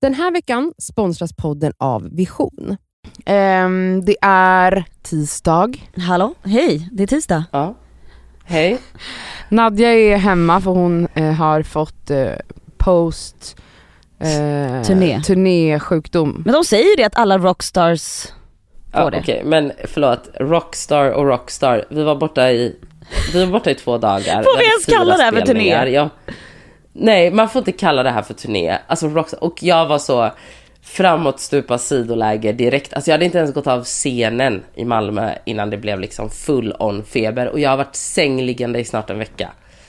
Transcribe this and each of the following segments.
Den här veckan sponsras podden av Vision. Det är tisdag. Hallå, hej, det är tisdag. Ja, hej. Nadja är hemma för hon har fått turnésjukdom. Men de säger ju det att alla rockstars får det. Okej, men förlåt, rockstar och rockstar. Vi var borta i 2 dagar. Får vi ens kalla det här för turné? Ja. Nej, man får inte kalla det här för turné. Alltså rockstar. Och jag var så framåt stupa sidoläge direkt. Alltså jag hade inte ens gått av scenen i Malmö innan det blev liksom full on feber. Och jag har varit sängliggande i snart en vecka.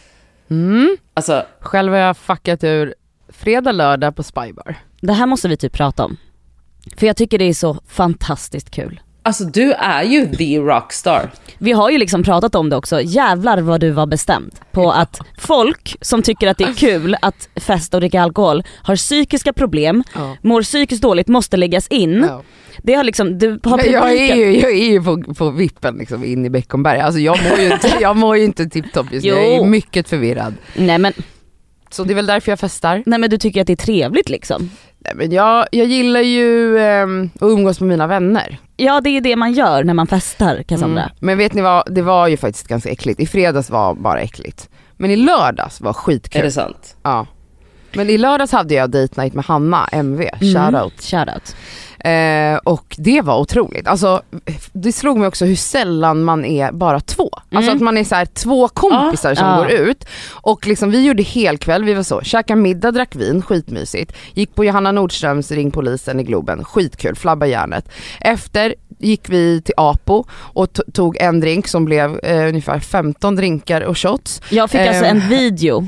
Alltså, själv har jag fuckat ur fredag, lördag på Spybar. Det här måste vi typ prata om. För jag tycker det är så fantastiskt kul. alltså du är ju the rockstar. Vi har ju liksom pratat om det också. Jävlar vad du var bestämd på att folk som tycker att det är kul att festa och dricka alkohol har psykiska problem, mår psykiskt dåligt, måste läggas in. Det har liksom, du har jag är ju på vippen liksom in i Beckomberg. Alltså jag mår ju inte tipptopp just nu. Jag är mycket förvirrad. Nej men så det är väl därför jag festar. Nej men du tycker att det är trevligt liksom. Nej, men jag gillar ju att umgås med mina vänner. Ja, det är det man gör när man festar, Cassandra. Men vet ni vad, det var ju faktiskt ganska äckligt. I fredags var bara äckligt. Men i lördags var skitkul. Är det sant? Ja. Men i lördags hade jag date night med Hanna, MV. Shoutout. Och det var otroligt. Alltså, det slog mig också hur sällan man är bara två. Alltså att man är så här 2 kompisar som går ut. Och liksom, vi gjorde helkväll, vi var så, käkade middag, drack vin, skitmysigt. Gick på Johanna Nordströms Ring polisen i Globen, skitkul, flabba järnet. Efter gick vi till Apo och tog en drink som blev ungefär 15 drinkar och shots. Jag fick alltså en video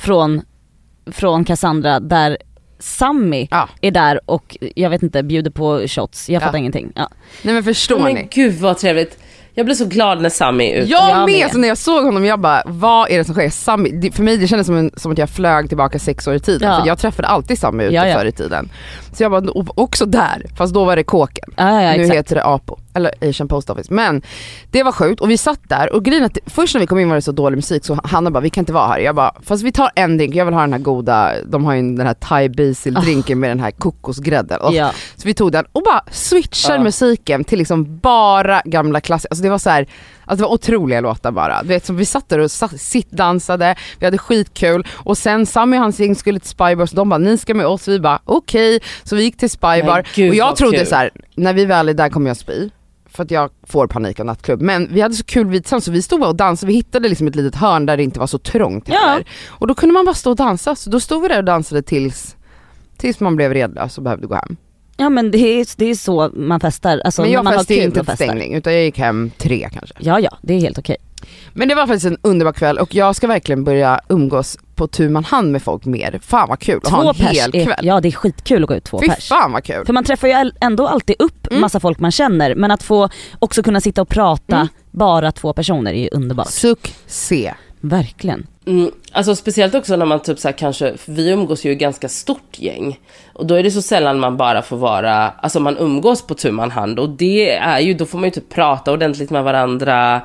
från Cassandra där Sammy är där och jag vet inte, bjuder på shots. Jag fattar ingenting. Ja. Nej men förstår ni? Men gud vad trevligt. Jag blev så glad när Sammy är ute. Jag med. Så när jag såg honom, jag bara, vad är det som sker? Sammy, för mig det kändes som att jag flög tillbaka 6 år i tiden. För jag träffade alltid Sammy ute förr i tiden. Så jag bara, också där. Fast då var det Kåken. Nu exakt. heter det Apo. Eller Asian Post Office. Men det var sjukt. Och vi satt där. Och grejen att först när vi kom in var det så dålig musik. Så Hanna bara, vi kan inte vara här. Jag bara, fast vi tar en drink. Jag vill ha den här goda. De har ju den här Thai Basil drinken med den här kokosgrädden. Så vi tog den och bara switchar musiken till liksom bara gamla klassiker. Alltså det var så här, alltså det var otroliga låtar bara. Du vet, som vi satt där och sittdansade. Vi hade skitkul. Och sen Sammy och hans gäng skulle till Spybar. Så de bara, ni ska med oss. Vi bara, okej. Så vi gick till Spybar. Och jag trodde så här, när vi väl är där kommer jag spy. För att jag får panik av nattklubb. Men vi hade så kul vid så vi stod och dansade. Vi hittade liksom ett litet hörn där det inte var så trångt heller. Och då kunde man bara stå och dansa. Så då stod vi där och dansade tills man blev redlös och behövde gå hem. Ja men det är så man festar. Alltså, men jag man festade inte på stängning utan jag gick hem 3 kanske. Ja, det är helt okej. Men det var faktiskt en underbar kväll och jag ska verkligen börja umgås på tu man hand med folk mer. Fan vad kul att ha en hel kväll. Ja, det är skitkul att gå ut 2 pers. Fy fan vad kul. För man träffar ju ändå alltid upp massa folk man känner, men att få också kunna sitta och prata bara 2 personer är ju underbart. Succé. Verkligen. Alltså speciellt också när man typ så här, kanske, vi umgås ju i ganska stort gäng och då är det så sällan man bara får vara, alltså man umgås på tu man hand och det är ju, då får man ju typ prata ordentligt med varandra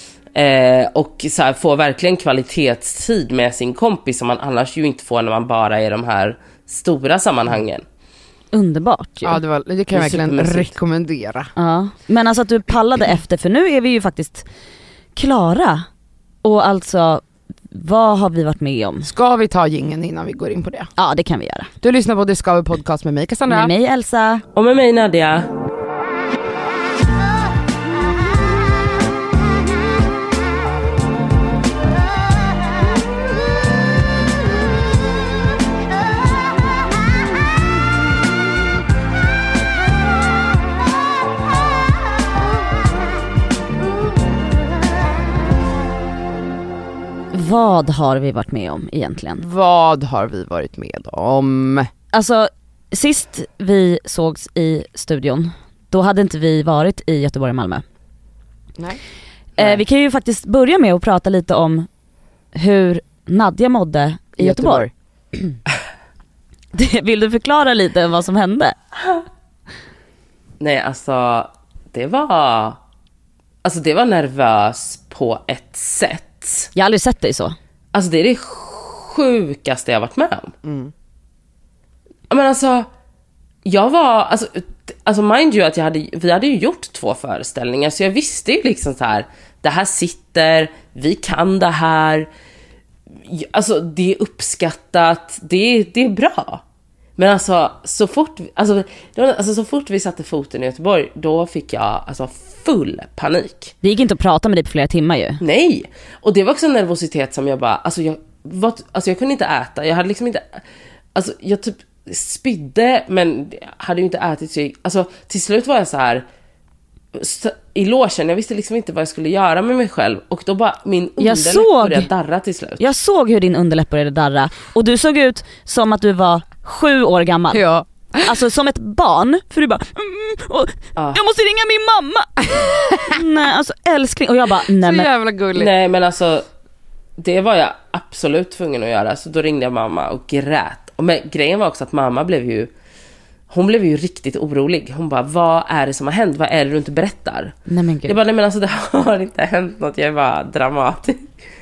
och så här, få verkligen kvalitetstid med sin kompis som man annars ju inte får när man bara är de här stora sammanhangen. Underbart ju. Ja, det kan jag verkligen rekommendera. Ja. Men alltså att du pallade efter, för nu är vi ju faktiskt klara. Och alltså, vad har vi varit med om? Ska vi ta jingeln innan vi går in på det? Ja, det kan vi göra. Du lyssnar på Det Ska Vi podcast med mig, Cassandra. Med mig, Elsa. Och med mig, Nadia. Vad har vi varit med om egentligen? Vad har vi varit med om? Alltså, sist vi sågs i studion, då hade inte vi varit i Göteborg och Malmö. Nej. Vi kan ju faktiskt börja med att prata lite om hur Nadja mådde i Göteborg. Vill du förklara lite vad som hände? Nej, alltså det var nervös på ett sätt. Jag har aldrig sett dig så. Alltså det är det sjukaste jag varit med om. Men alltså, jag var, alltså mind you att vi hade ju gjort 2 föreställningar, så jag visste ju liksom så här, det här sitter, vi kan det här, alltså det är uppskattat, det är bra. Men alltså så fort vi satte foten i Göteborg, då fick jag alltså full panik. Det gick inte att prata med dig på flera timmar ju. Nej, och det var också en nervositet som jag bara, jag kunde inte äta, jag hade liksom inte, alltså jag typ spydde, men hade ju inte ätit, så alltså till slut var jag så här i logen, jag visste liksom inte vad jag skulle göra med mig själv, och då bara min underläpp började darra till slut. Jag såg hur din underläpp började darra, och du såg ut som att du var 7 år gammal. Ja. Alltså som ett barn, för du bara jag måste ringa min mamma. Nej, alltså älskling. Och jag bara nej, så jävla gulligt. Nej, men alltså det var jag absolut tvungen att göra. Så då ringde jag mamma och grät. Men grejen var också att mamma blev ju riktigt orolig. Hon bara, vad är det som har hänt? Vad är det du inte berättar? Nej, men gud. Jag bara, nej men alltså det har inte hänt något. Jag är bara dramatisk.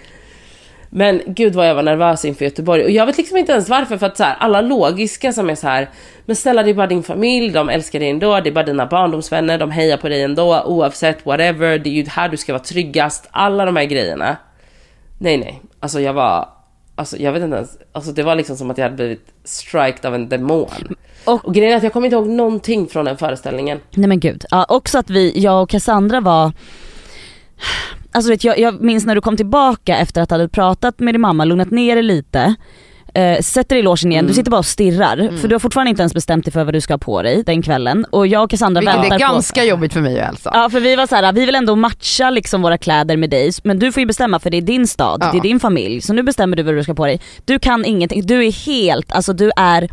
Men gud vad jag var nervös inför Göteborg. Och jag vet liksom inte ens varför. För att så här, alla logiska som är så här, men snälla, det är bara din familj, de älskar dig ändå. Det är bara dina barndomsvänner, de hejar på dig ändå. Oavsett, whatever, det är ju här du ska vara tryggast. Alla de här grejerna. Nej. Alltså jag vet inte ens. Alltså det var liksom som att jag hade blivit striked av en demon. Och grejen är att jag kommer inte ihåg någonting från den föreställningen. Nej men gud. Ja, också att jag och Cassandra var... Alltså vet jag minns när du kom tillbaka efter att du hade pratat med din mamma, lugnat ner dig lite, sätter dig i logen igen, du sitter bara och stirrar, för du har fortfarande inte ens bestämt dig för vad du ska ha på dig den kvällen, och jag och Cassandra väntar på... Det är ganska jobbigt för mig och Elsa. Ja, för vi var så här, vi vill ändå matcha liksom våra kläder med dig, men du får ju bestämma, för det är din stad, det är din familj, så nu bestämmer du vad du ska ha på dig. Du kan ingenting, du är helt, alltså du är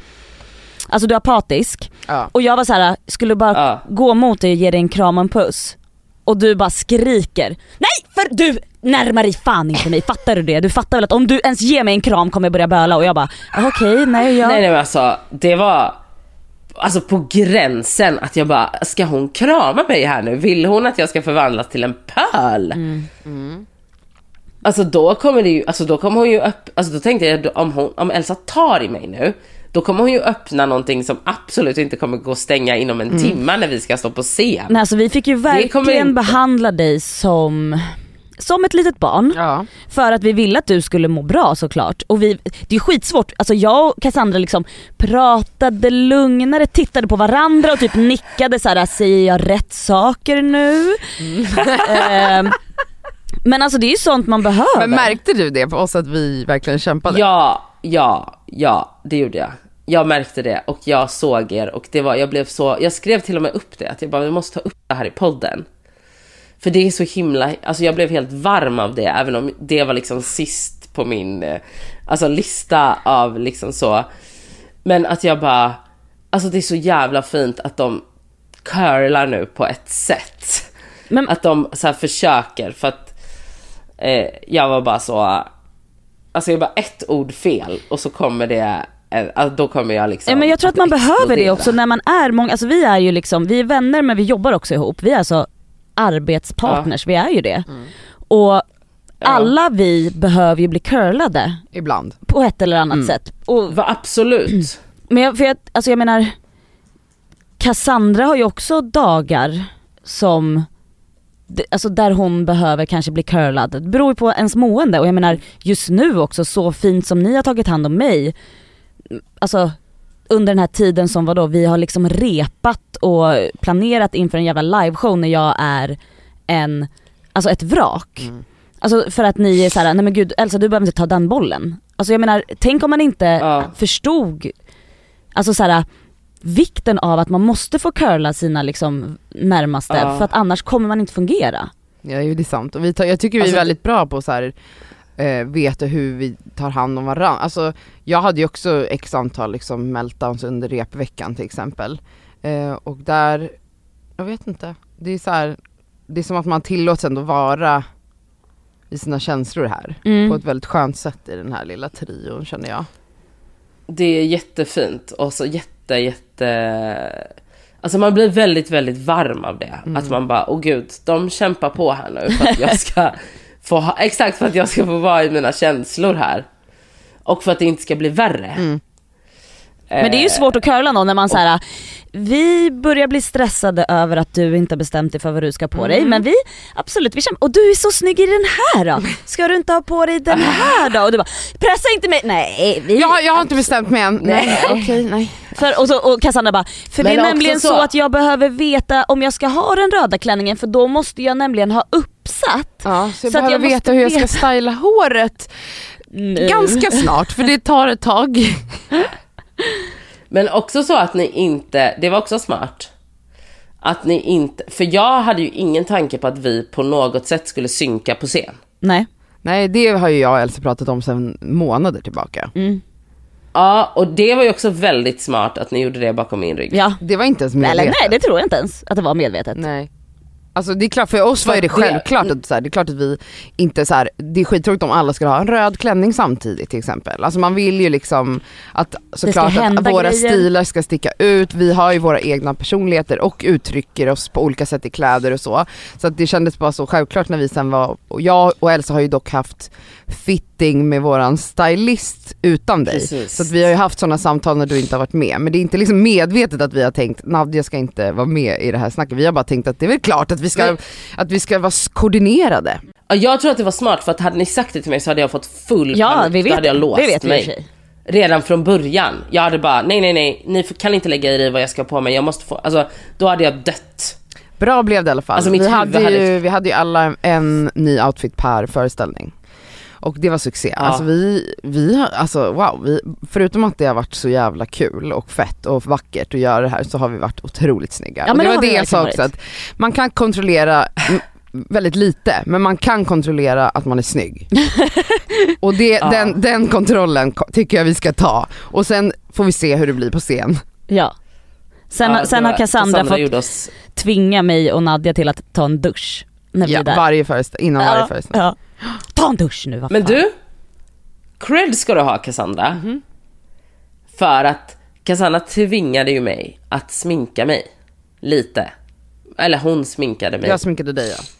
apatisk. Och jag var så här, skulle bara gå mot dig och ge dig en kram och en puss. Och du bara skriker, nej, för du närmar dig fan inte mig, fattar du det? Du fattar väl att om du ens ger mig en kram kommer jag börja böla. Och jag bara, okej, nej. Nej men alltså, det var alltså på gränsen att jag bara, ska hon krama mig här nu? Vill hon att jag ska förvandlas till en pöl? Alltså då kommer det ju, alltså då kommer hon ju upp, alltså då tänkte jag, om Elsa tar i mig nu, då kommer hon ju öppna någonting som absolut inte kommer gå att stänga inom en timme när vi ska stå på scen. Nej, alltså vi fick ju verkligen behandla dig som ett litet barn. För att vi ville att du skulle må bra såklart. Och det är skitsvårt. Alltså jag och Cassandra liksom pratade lugnare, tittade på varandra och typ nickade så här, säger jag rätt saker nu? Men alltså det är ju sånt man behöver. Men märkte du det på oss att vi verkligen kämpade? Ja, det gjorde jag. Jag märkte det och jag såg er, och det var, jag skrev till och med upp det, att jag bara, vi måste ta upp det här i podden. För det är så himla, alltså jag blev helt varm av det, även om det var liksom sist på min lista av liksom så. Men att jag bara, alltså det är så jävla fint att de curlar nu på ett sätt. Men att de så här försöker, för att jag var bara så, alltså jag bara ett ord fel och så kommer det, alltså då kommer jag liksom. Men jag tror att man behöver det också när man är många, alltså vi är ju liksom, vi är vänner men vi jobbar också ihop. Vi är alltså arbetspartners, vi är ju det. Och alla vi behöver ju bli curlade ibland på ett eller annat sätt. Och absolut. Men jag menar, Cassandra har ju också dagar som, alltså där hon behöver kanske bli curlad. Det beror ju på ens mående, och jag menar just nu också, så fint som ni har tagit hand om mig, alltså under den här tiden som var då, vi har liksom repat och planerat inför en jävla liveshow när jag är ett vrak. Alltså för att ni är så här, nej men gud Elsa, du behöver inte ta den bollen. Alltså jag menar, tänk om man inte förstod alltså så här, vikten av att man måste få curla sina liksom närmaste, för att annars kommer man inte fungera. Ja, det är sant. Och jag tycker vi är väldigt bra på så här, veta hur vi tar hand om varandra. Alltså jag hade ju också x antal liksom meltdowns under repveckan till exempel. Och där, jag vet inte, det är så här, det är som att man tillåts ändå vara i sina känslor här på ett väldigt skönt sätt i den här lilla trion, känner jag. Det är jättefint och så jätte alltså man blir väldigt, väldigt varm av det. Att man bara, åh gud, de kämpar på här nu för att jag ska för att jag ska få vara i mina känslor här. Och för att det inte ska bli värre. Men det är ju svårt att curla någon när man såhär, vi börjar bli stressade över att du inte har bestämt dig för vad du ska på dig, men vi, absolut, vi och du är så snygg i den här då, ska du inte ha på dig den här då? Och du bara, pressa inte mig, nej jag har inte bestämt mig än. Nej. Och Cassandra bara, för men det är nämligen så att jag behöver veta om jag ska ha den röda klänningen, för då måste jag nämligen ha uppsatt. Ja, så jag behöver veta hur jag ska styla håret ganska snart, för det tar ett tag. Men också så att ni inte, det var också smart. Att ni inte, för jag hade ju ingen tanke på att vi på något sätt skulle synka på scen. Nej, det har ju jag och Elsa pratat om sedan månader tillbaka. Ja, och det var ju också väldigt smart att ni gjorde det bakom min rygg. Ja. Det var inte ens medvetet. Nej, det tror jag inte ens att det var medvetet. Nej. Alltså det är klart, för oss var det självklart att så här, det är klart att vi inte så här, det är skittråkigt om alla skulle ha en röd klänning samtidigt till exempel. Alltså man vill ju liksom att såklart att våra stilar ska sticka ut. Vi har ju våra egna personligheter och uttrycker oss på olika sätt i kläder och så. Så att det kändes bara så självklart när vi sen var, och jag och Elsa har ju dock haft fitting med våran stylist utan dig. Precis. Så att vi har ju haft sådana samtal när du inte har varit med. Men det är inte liksom medvetet att vi har tänkt Nadja ska inte vara med i det här snacket. Vi har bara tänkt att det är väl klart att vi ska vara koordinerade. Ja, jag tror att det var smart, för att hade ni sagt det till mig så hade jag fått full panik. Då hade jag låst mig. Redan från början. Jag hade bara, nej, ni kan inte lägga i vad jag ska på mig. Jag måste få, alltså, då hade jag dött. Bra blev det i alla fall. Alltså, vi hade ju alla en ny outfit per föreställning. Och det var succé. Ja. Alltså förutom att det har varit så jävla kul och fett och vackert att göra det här, så har vi varit otroligt snygga. Ja, men det var det jag sa också, att man kan kontrollera väldigt lite, men man kan kontrollera att man är snygg. Och den kontrollen tycker jag vi ska ta. Och sen får vi se hur det blir på scen. Ja. Sen har Cassandra fått tvinga mig och Nadja till att ta en dusch när vi är där. Varje föreställning. Ja. Ta en dusch nu. Men du, cred ska du ha, Cassandra. För att Cassandra tvingade ju mig att sminka mig lite. Eller hon sminkade mig. Jag sminkade dig, ja.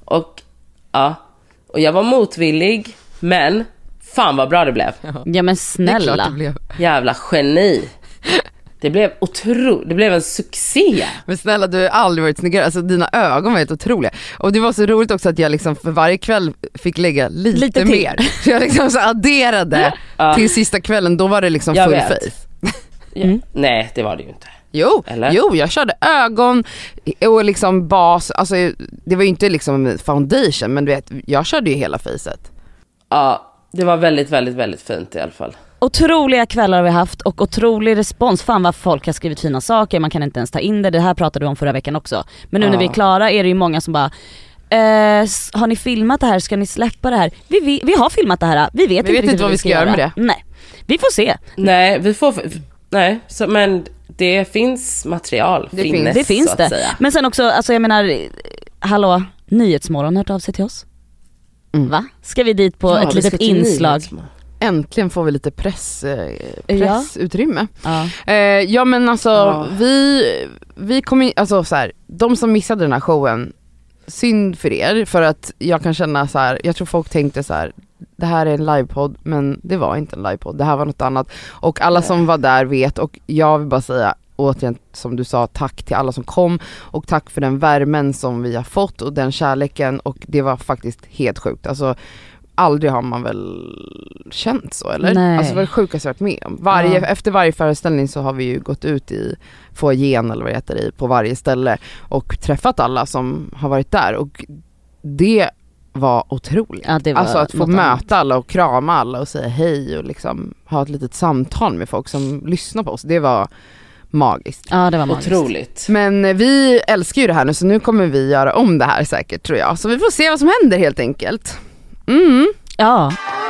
Och jag var motvillig, men fan vad bra det blev. Ja men snälla. Det är klart det blev. Jävla geni. Det blev det blev en succé. Men snälla, du har aldrig varit snyggare. Alltså dina ögon var helt otroliga. Och det var så roligt också att jag liksom för varje kväll fick lägga lite mer. Så jag liksom så adderade till sista kvällen. Då var det liksom full face. Nej, det var det ju inte. Jo, jag körde ögon och liksom bas. Alltså det var ju inte liksom foundation, men du vet, jag körde ju hela facet. Ja, det var väldigt, väldigt, väldigt fint i alla fall. Otroliga kvällar har vi haft och otrolig respons. Fan vad folk har skrivit fina saker. Man kan inte ens ta in det. Det här pratade du om förra veckan också. Men nu när vi är klara är det ju många som bara har ni filmat det här? Ska ni släppa det här? Vi har filmat det här. Vi vet inte vad vi ska göra med det. Nej, vi får se. Nej, men det finns material. Det finns det. Men sen också, alltså jag menar, hallå, Nyhetsmorgon har hört av sig till oss. Va? Ska vi dit på ett litet inslag? Äntligen får vi lite pressutrymme. Ja men alltså vi kommer, alltså så här, de som missade den här showen, synd för er, för att jag kan känna så här, jag tror folk tänkte så här, det här är en livepodd, men det var inte en livepodd, det här var något annat. Och alla som var där vet, och jag vill bara säga återigen, som du sa, tack till alla som kom och tack för den värmen som vi har fått och den kärleken, och det var faktiskt helt sjukt. Alltså aldrig har man väl känt så, eller? Nej. Alltså det var det sjukaste jag varit med om. Efter varje föreställning så har vi ju gått ut i foajén eller vad det heter, på varje ställe och träffat alla som har varit där, och det var otroligt. Ja, det var alltså att få möta alla och krama alla och säga hej och liksom ha ett litet samtal med folk som lyssnar på oss. Det var magiskt. Ja, det var magiskt. Otroligt. Men vi älskar ju det här nu, så nu kommer vi göra om det här säkert, tror jag. Så vi får se vad som händer helt enkelt. Ja.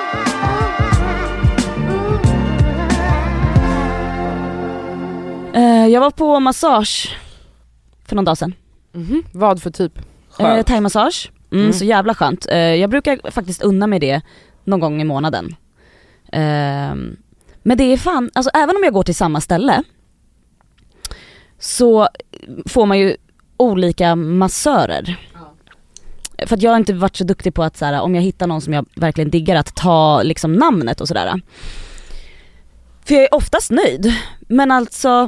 Jag var på massage för någon dag sedan. Vad för typ? Thai-massage. Så jävla skönt. Jag brukar faktiskt unna mig det någon gång i månaden. Men det är fan, alltså även om jag går till samma ställe så får man ju olika massörer. För att jag har inte varit så duktig på att såhär, om jag hittar någon som jag verkligen diggar, att ta liksom namnet och sådär. För jag är oftast nöjd Men alltså,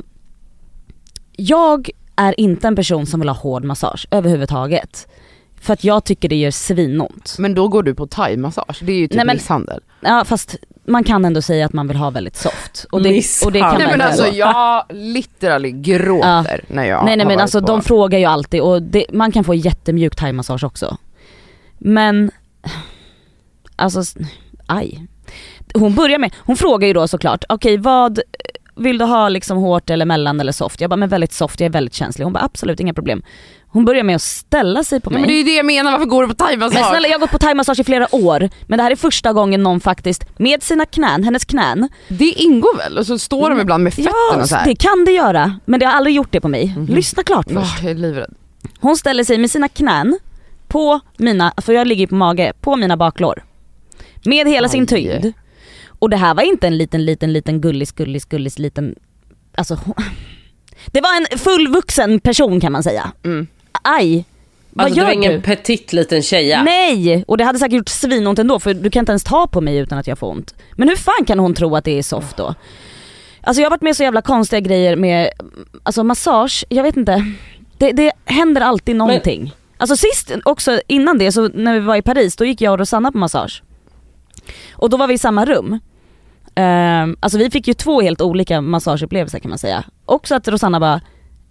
jag är inte en person som vill ha hård massage överhuvudtaget. För att jag tycker det gör svinont. Men då går du på thai-massage, det är ju typ misshandel. Ja, fast man kan ändå säga att man vill ha väldigt soft. Och det kan nej, men alltså jag literally gråter när jag nej men alltså på. De frågar ju alltid och man kan få jättemjuk thai-massage också. Men alltså, aj. Hon frågar ju då såklart, okej, vad vill du ha, liksom hårt eller mellan eller soft? Jag bara, men väldigt soft, jag är väldigt känslig. Hon bara, absolut, inga problem. Hon börjar med att ställa sig på mig. Men det är ju det jag menar, varför går du på thai-massage? Men snälla, jag har gått på thai-massage i flera år. Men det här är första gången någon faktiskt, med sina knän, hennes knän. Det ingår väl? Och så står de ibland med fötterna så här. Det kan det göra. Men det har aldrig gjort det på mig. Lyssna klart först. Jag är livrädd. Hon ställer sig med sina knän på mina, för jag ligger på mage, på mina baklår. Med hela sin tyngd. Och det här var inte en liten gullis liten, alltså det var en fullvuxen person kan man säga. Aj. Alltså det var ingen petit liten tjeja. Nej, och det hade säkert gjort svinont ändå, för du kan inte ens ta på mig utan att jag får ont. Men hur fan kan hon tro att det är soft då? Alltså jag har varit med så jävla konstiga grejer med, alltså massage, jag vet inte. Det händer alltid någonting. Men alltså sist också, innan det, så när vi var i Paris, då gick jag och Rosanna på massage. Och då var vi i samma rum. Alltså vi fick ju 2 helt olika massageupplevelser kan man säga. Också att Rosanna bara,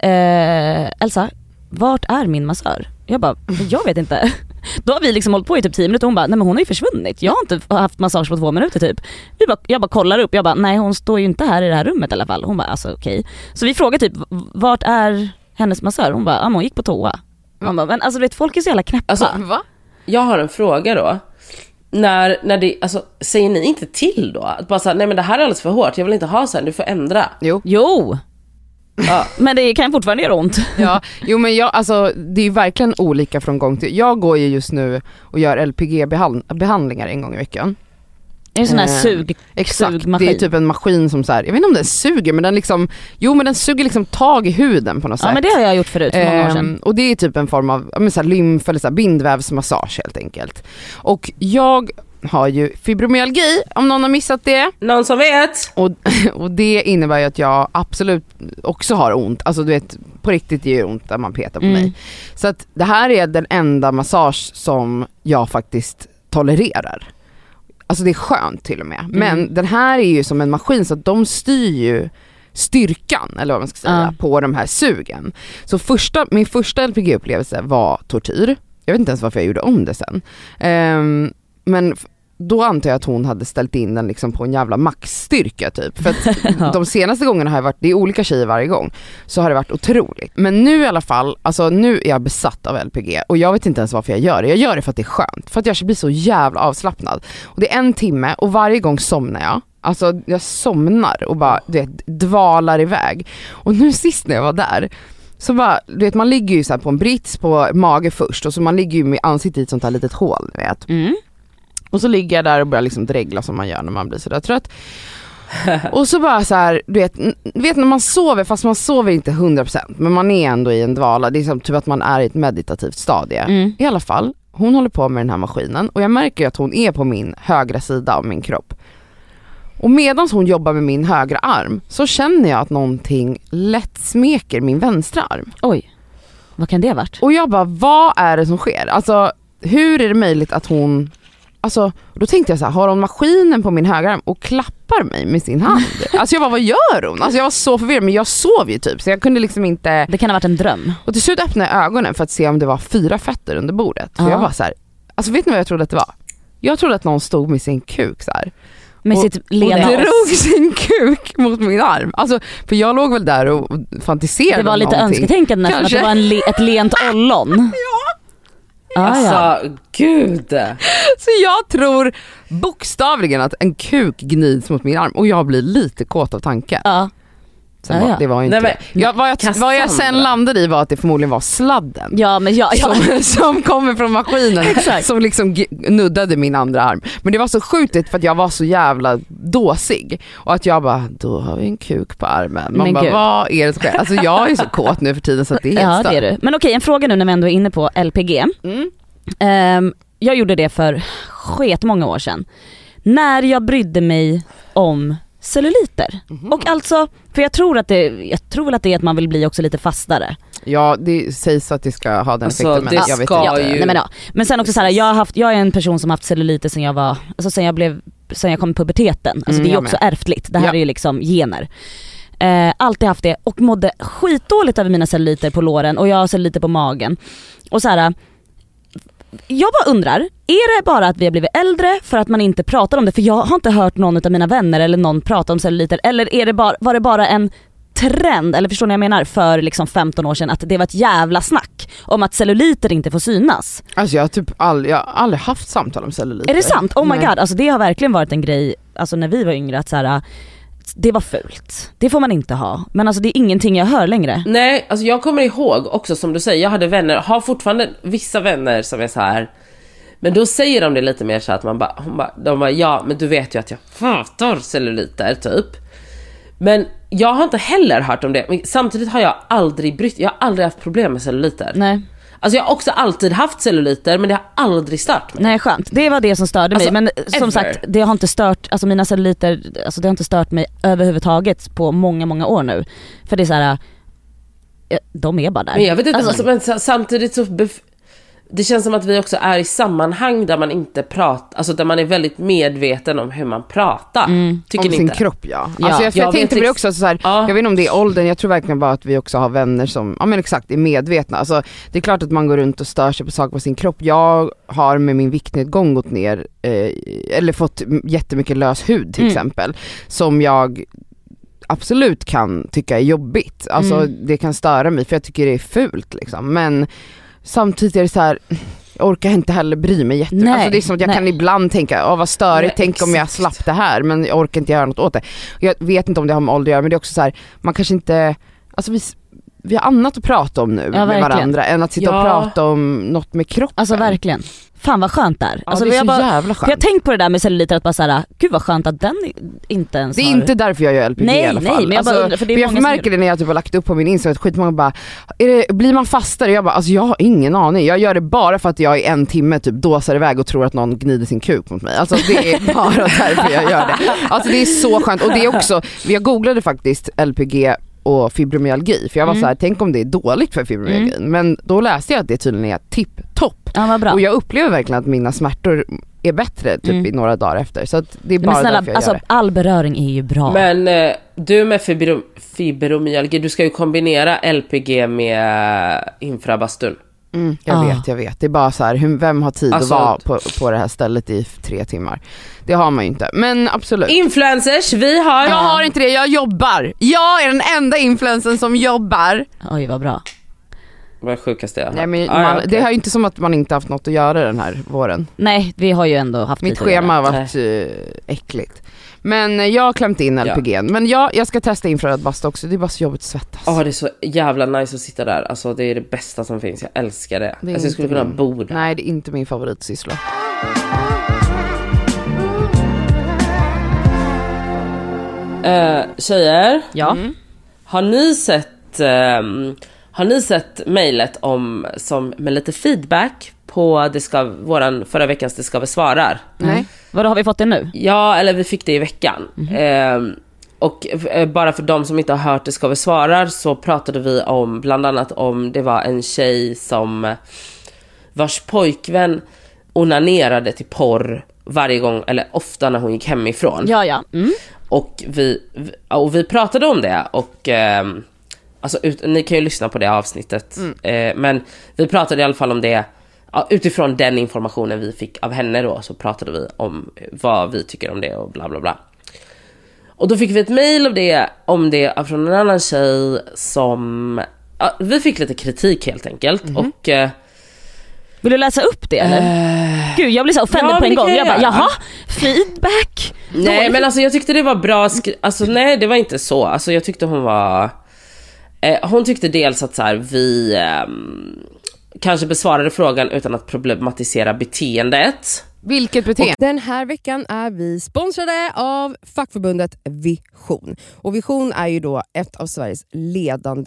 Elsa, vart är min massör? Jag bara, jag vet inte. Då har vi liksom hållit på i typ 10 minuter och hon bara, nej men hon har ju försvunnit. Jag har inte haft massage på 2 minuter typ. Jag bara kollar upp, jag bara, nej hon står ju inte här i det här rummet i alla fall. Hon bara, alltså okej. Så vi frågar typ, vart är hennes massör? Hon bara, hon gick på toa. Man bara, men alltså vet, folk är så jävla knäppa. Alltså, va? Jag har en fråga då. När det, alltså, säger ni inte till då? Att bara säga, nej men det här är alldeles för hårt, jag vill inte ha så här, du får ändra. Jo. Ja. Men det kan fortfarande göra ont. Ja, jo men alltså det är ju verkligen olika från gång till. Jag går ju just nu och gör LPG-behandlingar en gång i veckan. Är det sån här exakt, sugmaskin? det är typ en maskin som så här, jag vet inte om den suger, men den liksom, men den suger liksom tag i huden på något sätt. Ja men det har jag gjort förut för många år sedan. Och det är typ en form av så här, lymf eller så här, bindvävsmassage helt enkelt. Och jag har ju fibromyalgi, om någon har missat det. Någon som vet. Och det innebär ju att jag absolut också har ont. Alltså du vet, på riktigt gör ont när man petar på mig. Så att det här är den enda massage som jag faktiskt tolererar. Alltså det är skönt till och med. Men den här är ju som en maskin, så att de styr ju styrkan, eller vad man ska säga, på de här sugen. Så min första LPG-upplevelse var tortyr. Jag vet inte ens varför jag gjorde om det sen. Men då antar jag att hon hade ställt in den liksom på en jävla maxstyrka typ. För att de senaste gångerna har jag varit, det är olika tjejer varje gång, så har det varit otroligt. Men nu i alla fall, alltså nu är jag besatt av LPG och jag vet inte ens varför jag gör det. Jag gör det för att det är skönt, för att jag blir så jävla avslappnad. Och det är 1 timme och varje gång somnar jag. Alltså jag somnar och bara dvalar iväg. Och nu sist när jag var där, så bara, du vet, man ligger ju så här på en brits på mage först, och så man ligger ju med ansiktet i ett sånt här litet hål, ni vet. Och så ligger jag där och börjar liksom dregla som man gör när man blir så där trött. Och så bara så här, du vet när man sover, fast man sover inte 100%, men man är ändå i en dvala. Det är som typ att man är i ett meditativt stadie. I alla fall, hon håller på med den här maskinen och jag märker att hon är på min högra sida av min kropp. Och medan hon jobbar med min högra arm så känner jag att någonting lätt smeker min vänstra arm. Oj, vad kan det ha varit? Och jag bara, vad är det som sker? Alltså, hur är det möjligt att hon... Alltså, då tänkte jag så här, har hon maskinen på min högra arm och klappar mig med sin hand? Alltså jag bara, vad gör hon? Alltså jag var så förvirrad, men jag sov ju typ, så jag kunde liksom inte... Det kan ha varit en dröm. Och till slut öppnade jag ögonen för att se om det var 4 fötter under bordet. För jag var så här, alltså vet ni vad jag trodde att det var? Jag trodde att någon stod med sin kuk så här. Med sitt lena och drog sin kuk mot min arm. Alltså, för jag låg väl där och fantiserade. Det var lite önsketänkande nästan, att det var ett lent ollon. Alltså, gud. Så jag tror bokstavligen att en kuk gnids mot min arm och jag blir lite kåt av tanken. Sen det var inte. Nej, vad jag sen landade i var att det förmodligen var sladden. Ja, men som kommer från maskinen som liksom nuddade min andra arm. Men det var så sjukt för att jag var så jävla dåsig. Och att jag bara, då har vi en kuk på armen. Man bara, vad är det som sker? Alltså jag är så kåt nu för tiden så att det är helt stört. Det är du. Men okej, en fråga nu när vi ändå är inne på LPG. Jag gjorde det för många år sedan. När jag brydde mig om celluliter. Och alltså, för jag tror väl att det är att man vill bli också lite fastare. Ja, det sägs att det ska ha den effekten, men jag vet inte. Men sen också så här, jag är en person som haft celluliter sen jag kom i puberteten. Alltså det är ju också ärftligt. Det här är ju liksom gener. Alltid haft det och mådde skitdåligt över mina celluliter på låren och jag har celluliter på magen. Och så här, jag bara undrar, är det bara att vi har blivit äldre för att man inte pratar om det? För jag har inte hört någon av mina vänner eller någon prata om celluliter. Eller var det bara en trend, eller förstår ni vad jag menar, för liksom 15 år sedan, att det var ett jävla snack om att celluliter inte får synas? Alltså jag har aldrig haft samtal om celluliter. Är det sant? Oh my god, alltså det har verkligen varit en grej, alltså när vi var yngre, att så här, det var fult. Det får man inte ha. Men alltså det är ingenting jag hör längre. Nej, alltså jag kommer ihåg också, som du säger, jag hade vänner, har fortfarande vissa vänner som är så här. Men då säger de det lite mer så att de bara, ja, men du vet ju att jag hatar celluliter typ. Men jag har inte heller hört om det. Men samtidigt har jag aldrig haft problem med celluliter. Nej. Alltså jag har också alltid haft celluliter, men det har aldrig stört mig. Nej, skönt. Det var det som störde mig. Men som sagt, det har inte stört, alltså mina celluliter, alltså det har inte stört mig överhuvudtaget på många, många år nu. För det är så här, de är bara där. Men jag vet inte, men samtidigt så det känns som att vi också är i sammanhang där man inte pratar, alltså där man är väldigt medveten om hur man pratar. Tycker om ni sin inte? kropp, ja. Alltså jag tänkte på det också så här, jag vet inte om det är åldern, jag tror verkligen bara att vi också har vänner som, ja men exakt, är medvetna. Alltså det är klart att man går runt och stör sig på saker på sin kropp. Jag har med min viktnedgång gått ner eller fått jättemycket lös hud till exempel, som jag absolut kan tycka är jobbigt. Alltså det kan störa mig för jag tycker det är fult liksom. Men samtidigt är det så här, jag orkar inte heller bry mig jättemycket. Alltså det är som att jag kan ibland tänka, vad störigt, tänk om jag slapp det här, men jag orkar inte göra något åt det. Jag vet inte om det har med ålder att göra, men det är också så här, man kanske inte, alltså vi har annat att prata om nu med varandra än att sitta och prata om något med kroppen. Alltså verkligen. Fan vad skönt där. Ja, alltså, det är så jävla skönt. Jag har tänkt på det där med celluliter, att bara såhär, gud vad skönt att den inte ens det är har... inte därför jag gör LPG i alla fall. Nej, men jag bara undrar, för det är jag märker det när jag typ har lagt upp på min Instagram, att skitmånga bara, blir man fastare? Jag bara, alltså jag har ingen aning. Jag gör det bara för att jag i en timme typ dåsar iväg och tror att någon gnider sin kuk mot mig. Alltså det är bara därför jag gör det. Alltså det är så skönt. Och det är också, jag googlade faktiskt LPG och fibromyalgi, för jag var så här, tänk om det är dåligt för fibromyalgin, men då läste jag att det tydligen är tipptopp. Ja, och jag upplever verkligen att mina smärtor är bättre typ i några dagar efter, så att det är bara därför jag gör det. All beröring är ju bra. Men du med fibromyalgi, du ska ju kombinera LPG med infrabastun. Jag vet. Det är bara så här, vem har tid att vara på det här stället i 3 timmar? Det har man ju inte, men absolut. Influencers, vi har... Jag har inte det, jag jobbar. Jag är den enda influencern som jobbar. Oj, vad bra. Vad är sjukaste jag har? Nej, men det är ju inte som att man inte haft något att göra den här våren. Nej, vi har ju ändå haft mitt schema har varit äckligt. Men jag har klämt in LPG. Men jag ska testa infraröd bastu också. Det är bara så jobbigt att svettas. Det är så jävla nice att sitta där. Alltså det är det bästa som finns. Jag älskar det. Alltså, jag skulle kunna bo där. Nej, det är inte min favoritsyssla. Tjejer. Ja. Har ni sett mejlet som med lite feedback på våran förra veckans Det ska vi svarar? Nej. Vadå, har vi fått det nu? Ja, eller vi fick det i veckan. Och bara för de som inte har hört Det ska vi svarar, så pratade vi om bland annat om det var en tjej som vars pojkvän onanerade till porr varje gång, eller ofta när hon gick hemifrån. Ja. Och vi pratade om det, och alltså ni kan ju lyssna på det avsnittet. Men vi pratade i alla fall om det. Utifrån den informationen vi fick av henne då, så pratade vi om vad vi tycker om det och bla bla bla. Och då fick vi ett mejl om det från en annan tjej som... vi fick lite kritik helt enkelt. Och... vill du läsa upp det eller? Gud, jag blir så offended på en gång. Jag bara, jaha, feedback? Nej, men alltså jag tyckte det var bra alltså nej, det var inte så. Alltså jag tyckte hon var... hon tyckte dels att så här, vi... kanske besvarade frågan utan att problematisera beteendet. Vilket beteende? Den här veckan är vi sponsrade av fackförbundet Vision. Och Vision är ju då ett av Sveriges ledande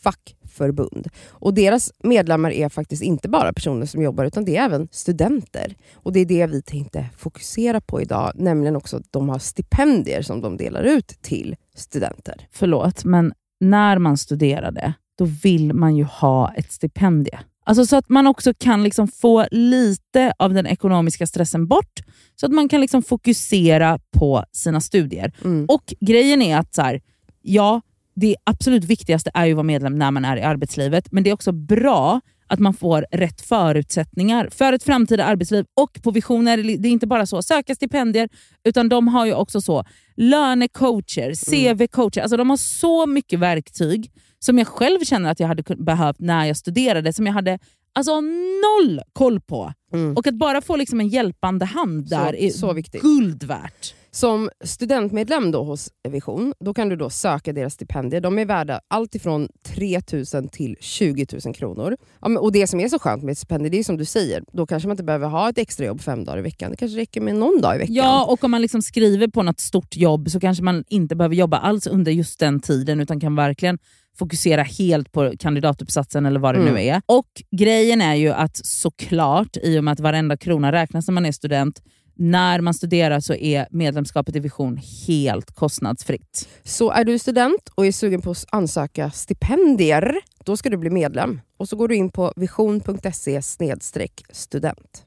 fackförbund. Och deras medlemmar är faktiskt inte bara personer som jobbar, utan det är även studenter. Och det är det vi tänkte fokusera på idag, nämligen också att de har stipendier som de delar ut till studenter. Förlåt, men när man studerade, då vill man ju ha ett stipendie. Alltså så att man också kan liksom få lite av den ekonomiska stressen bort, så att man kan liksom fokusera på sina studier. Och grejen är att så här, ja, det absolut viktigaste är ju att vara medlem när man är i arbetslivet, men det är också bra att man får rätt förutsättningar för ett framtida arbetsliv. Och på Visioner, det är inte bara så söka stipendier, utan de har ju också så lönecoacher, CV-coacher. Alltså de har så mycket verktyg som jag själv känner att jag hade behövt när jag studerade, som jag hade alltså noll koll på. Och att bara få liksom en hjälpande hand där är så viktigt. Guld värt. Som studentmedlem då hos Vision, då kan du då söka deras stipendier. De är värda allt ifrån 3 000 till 20 000 kronor. Ja, och det som är så skönt med ett stipendier, det är som du säger, då kanske man inte behöver ha ett extra jobb 5 dagar i veckan. Det kanske räcker med någon dag i veckan. Ja, och om man liksom skriver på något stort jobb så kanske man inte behöver jobba alls under just den tiden, utan kan verkligen fokusera helt på kandidatuppsatsen eller vad det nu är. Och grejen är ju att såklart, i och med att varenda krona räknas när man är student, när man studerar så är medlemskapet i Vision helt kostnadsfritt. Så är du student och är sugen på att ansöka stipendier, då ska du bli medlem. Och så går du in på vision.se/student.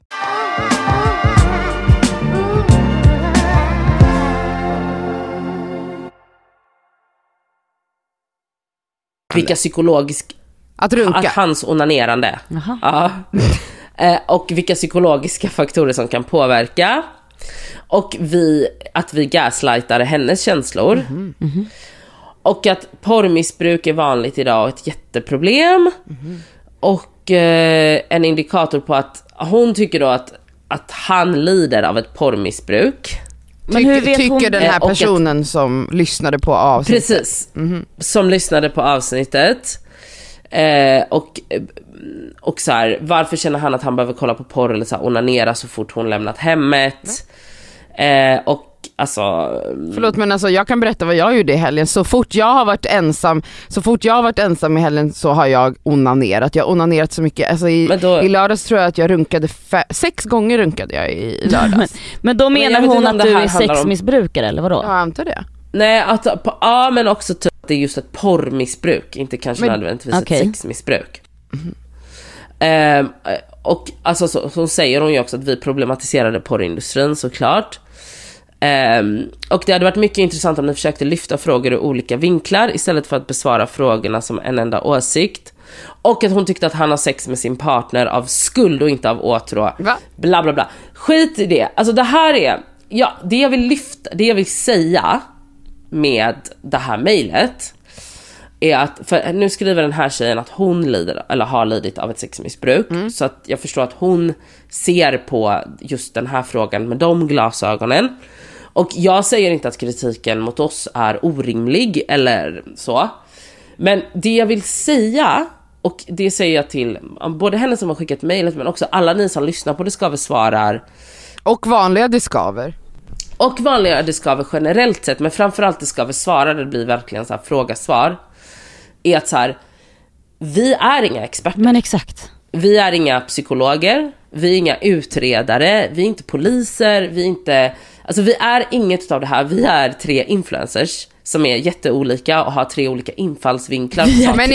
Vilka psykologisk... Att runka. Att hans onanerande. Ja. Och vilka psykologiska faktorer som kan påverka. Och att vi gaslightar hennes känslor. Och att porrmissbruk är vanligt idag och ett jätteproblem. Och en indikator på att hon tycker då att han lider av ett porrmissbruk. Men hur vet tycker den här personen som lyssnade på avsnittet? Precis, som lyssnade på avsnittet. Och så här, varför känner han att han behöver kolla på porr eller så här, onanera så fort hon lämnat hemmet? Och alltså... Förlåt, men alltså jag kan berätta vad jag gjorde i helgen. Så fort jag har varit ensam i helgen så har jag onanerat. Jag har onanerat så mycket. Alltså i lördags tror jag att jag runkade 6 gånger runkade jag i lördags. men då menar hon att du är sexmissbrukare eller vadå? Jag antar det. Nej, men också typ det är just ett porrmissbruk, inte kanske nödvändigtvis ett sexmissbruk. Och alltså så säger hon ju också att vi problematiserade porrindustrin såklart. Och det hade varit mycket intressant om ni försökte lyfta frågor ur olika vinklar istället för att besvara frågorna som en enda åsikt. Och att hon tyckte att han har sex med sin partner av skuld och inte av åtrå. Bla bla bla. Skit i det. Alltså det här är det jag vill säga med det här mejlet är att, för nu skriver den här tjejen att hon lider eller har lidit av ett sexmissbruk, så att jag förstår att hon ser på just den här frågan med de glasögonen. Och jag säger inte att kritiken mot oss är orimlig eller så, men det jag vill säga, och det säger jag till både henne som har skickat mejlet men också alla ni som lyssnar på Det Skaver svarar och vanliga Det Skaver. Och vanliga Det Skaver generellt sett, men framförallt Det Skaver svarar, det blir verkligen så här fråga-svar, är att så här, vi är inga experter. Men exakt. Vi är inga psykologer, vi är inga utredare, vi är inte poliser, vi är inget av det här. Vi är 3 influencers som är jätteolika och har 3 olika infallsvinklar. Ja, men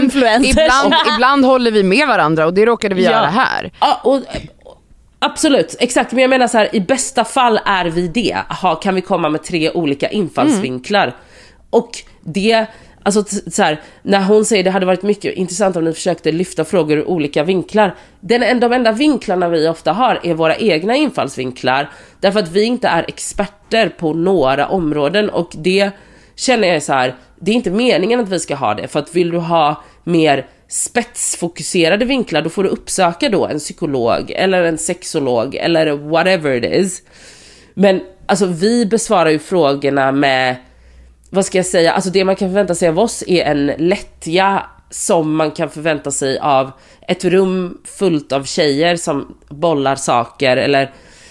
ibland håller vi med varandra och det råkade vi göra här. Ja, och absolut, exakt. Men jag menar så här, i bästa fall är vi det. Kan vi komma med 3 olika infallsvinklar? Och det, alltså så här, när hon säger det hade varit mycket intressant om ni försökte lyfta frågor ur olika vinklar. De enda vinklarna vi ofta har är våra egna infallsvinklar. Därför att vi inte är experter på några områden. Och det känner jag så här, det är inte meningen att vi ska ha det. För att vill du ha mer spetsfokuserade vinklar, då får du uppsöka då en psykolog eller en sexolog eller whatever it is. Men alltså vi besvarar ju frågorna med, vad ska jag säga, alltså det man kan förvänta sig av oss är en lättja som man kan förvänta sig av ett rum fullt av tjejer som bollar saker, eller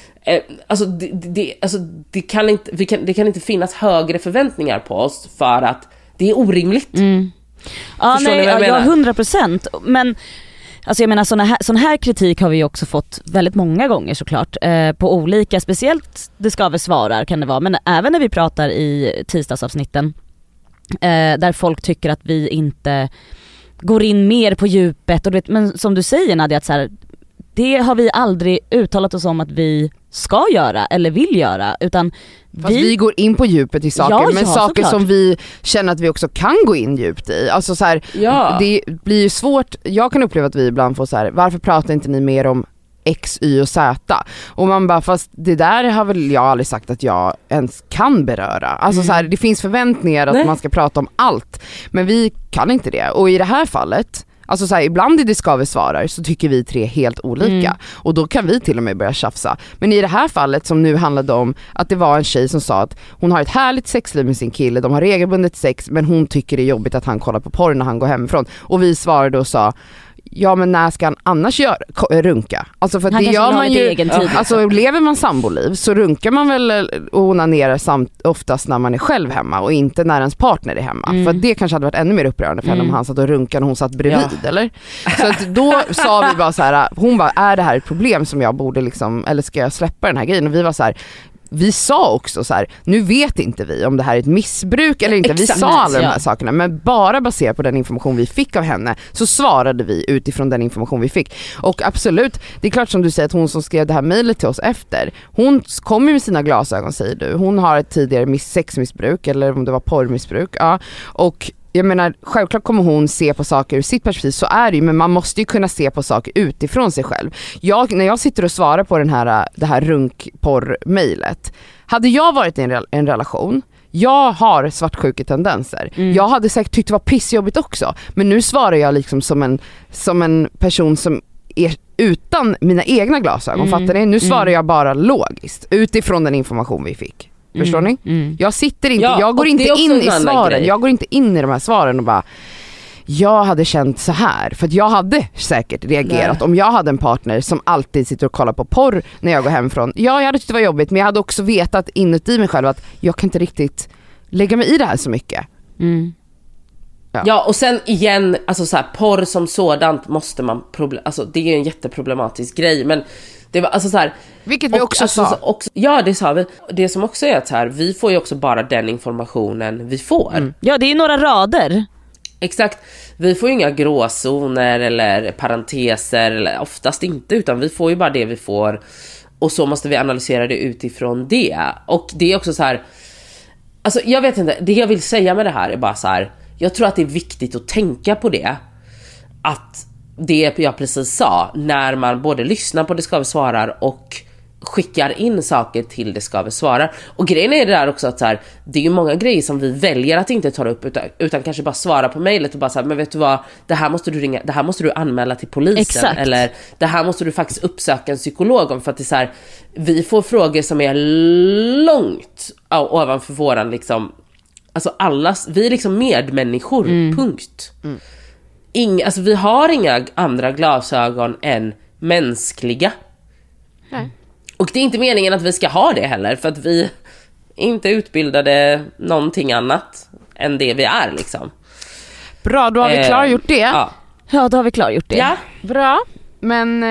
det kan inte finnas högre förväntningar på oss för att det är orimligt. Ja, Förstår ni nej, vad jag menar? 100%. Men alltså jag menar sån här kritik har vi ju också fått väldigt många gånger såklart. På olika, speciellt det ska väl svarar kan det vara. Men även när vi pratar i tisdagsavsnitten. Där folk tycker att vi inte går in mer på djupet. Och men som du säger Nadia, att så här, det har vi aldrig uttalat oss om att vi ska göra eller vill göra, utan vi går in på djupet i saker, men saker såklart som vi känner att vi också kan gå in djupt i. Alltså så här, det blir ju svårt. Jag kan uppleva att vi ibland får så här: varför pratar inte ni mer om X, Y och Z? Och man bara, fast det där har väl jag aldrig sagt att jag ens kan beröra. Alltså så här, det finns förväntningar att man ska prata om allt, men vi kan inte det. Och i det här fallet, alltså så här, ibland i det ska vi svarar så tycker vi tre helt olika. Och då kan vi till och med börja tjafsa. Men i det här fallet som nu handlade om att det var en tjej som sa att hon har ett härligt sexliv med sin kille, de har regelbundet sex, men hon tycker det är jobbigt att han kollar på porr när han går hemifrån. Och vi svarade och sa, ja men när ska han annars runka? Alltså för det gör man ju, alltså lever man samboliv så runkar man väl och onanerar oftast när man är själv hemma och inte när ens partner är hemma. För det kanske hade varit ännu mer upprörande för henne om han satt och runkade när hon satt bredvid, eller? Så att då sa vi bara så här, hon bara, är det här ett problem som jag borde liksom, eller ska jag släppa den här grejen? Och vi var så här, vi sa också så här, nu vet inte vi om det här är ett missbruk eller inte. Vi sa alla de här sakerna, men bara baserat på den information vi fick av henne så svarade vi utifrån den information vi fick. Och absolut, det är klart som du säger att hon som skrev det här mejlet till oss efter, hon kom ju med sina glasögon, säger du. Hon har ett tidigare sexmissbruk eller om det var porrmissbruk. Ja. Och jag menar, självklart kommer hon se på saker ur sitt perspektiv, så är det ju, men man måste ju kunna se på saker utifrån sig själv. När jag sitter och svarar på det här runkporr-mejlet, hade jag varit i en relation, jag har svartsjuketendenser. Jag hade säkert tyckt det var pissjobbigt också, men nu svarar jag liksom som en person som är utan mina egna glasögon, fattar ni? Nu svarar jag bara logiskt utifrån den information vi fick. Förstår ni? Jag sitter inte, jag går inte in i svaren. Jag går inte in i de här svaren och bara, jag hade känt så här. För att jag hade säkert reagerat om jag hade en partner som alltid sitter och kollar på porr när jag går hemifrån. Ja, jag hade tyckt det var jobbigt, men jag hade också vetat inuti mig själv att jag kan inte riktigt lägga mig i det här så mycket. Ja, och sen igen, alltså så här, porr som sådant måste man alltså det är en jätteproblematisk grej, men det var alltså så här, vilket vi också sa. Ja, det sa vi. Det som också är att så här, vi får ju också bara den informationen vi får. Ja, det är några rader. Exakt. Vi får ju inga gråzoner eller parenteser, eller oftast inte, utan vi får ju bara det vi får. Och så måste vi analysera det utifrån det. Och det är också så här, alltså jag vet inte, det jag vill säga med det här är bara så här, jag tror att det är viktigt att tänka på det. Att det jag precis sa, när man både lyssnar på Det ska vi svarar och skickar in saker till Det ska vi svarar. Och grejen är det där också att så här, det är ju många grejer som vi väljer att inte ta upp utan kanske bara svara på mejlet och bara så här, men vet du vad, det här måste du ringa, det här måste du anmäla till polisen. Exakt. Eller det här måste du faktiskt uppsöka en psykolog om, för att det är så här, vi får frågor som är långt ovanför våran liksom, alltså allas, vi är liksom medmänniskor, punkt. Alltså vi har inga andra glasögon än mänskliga. Nej. Och det är inte meningen att vi ska ha det heller, för att vi inte utbildade någonting annat än det vi är liksom. Bra, då har vi klargjort det. Ja, då har vi klargjort det. Ja, bra. Men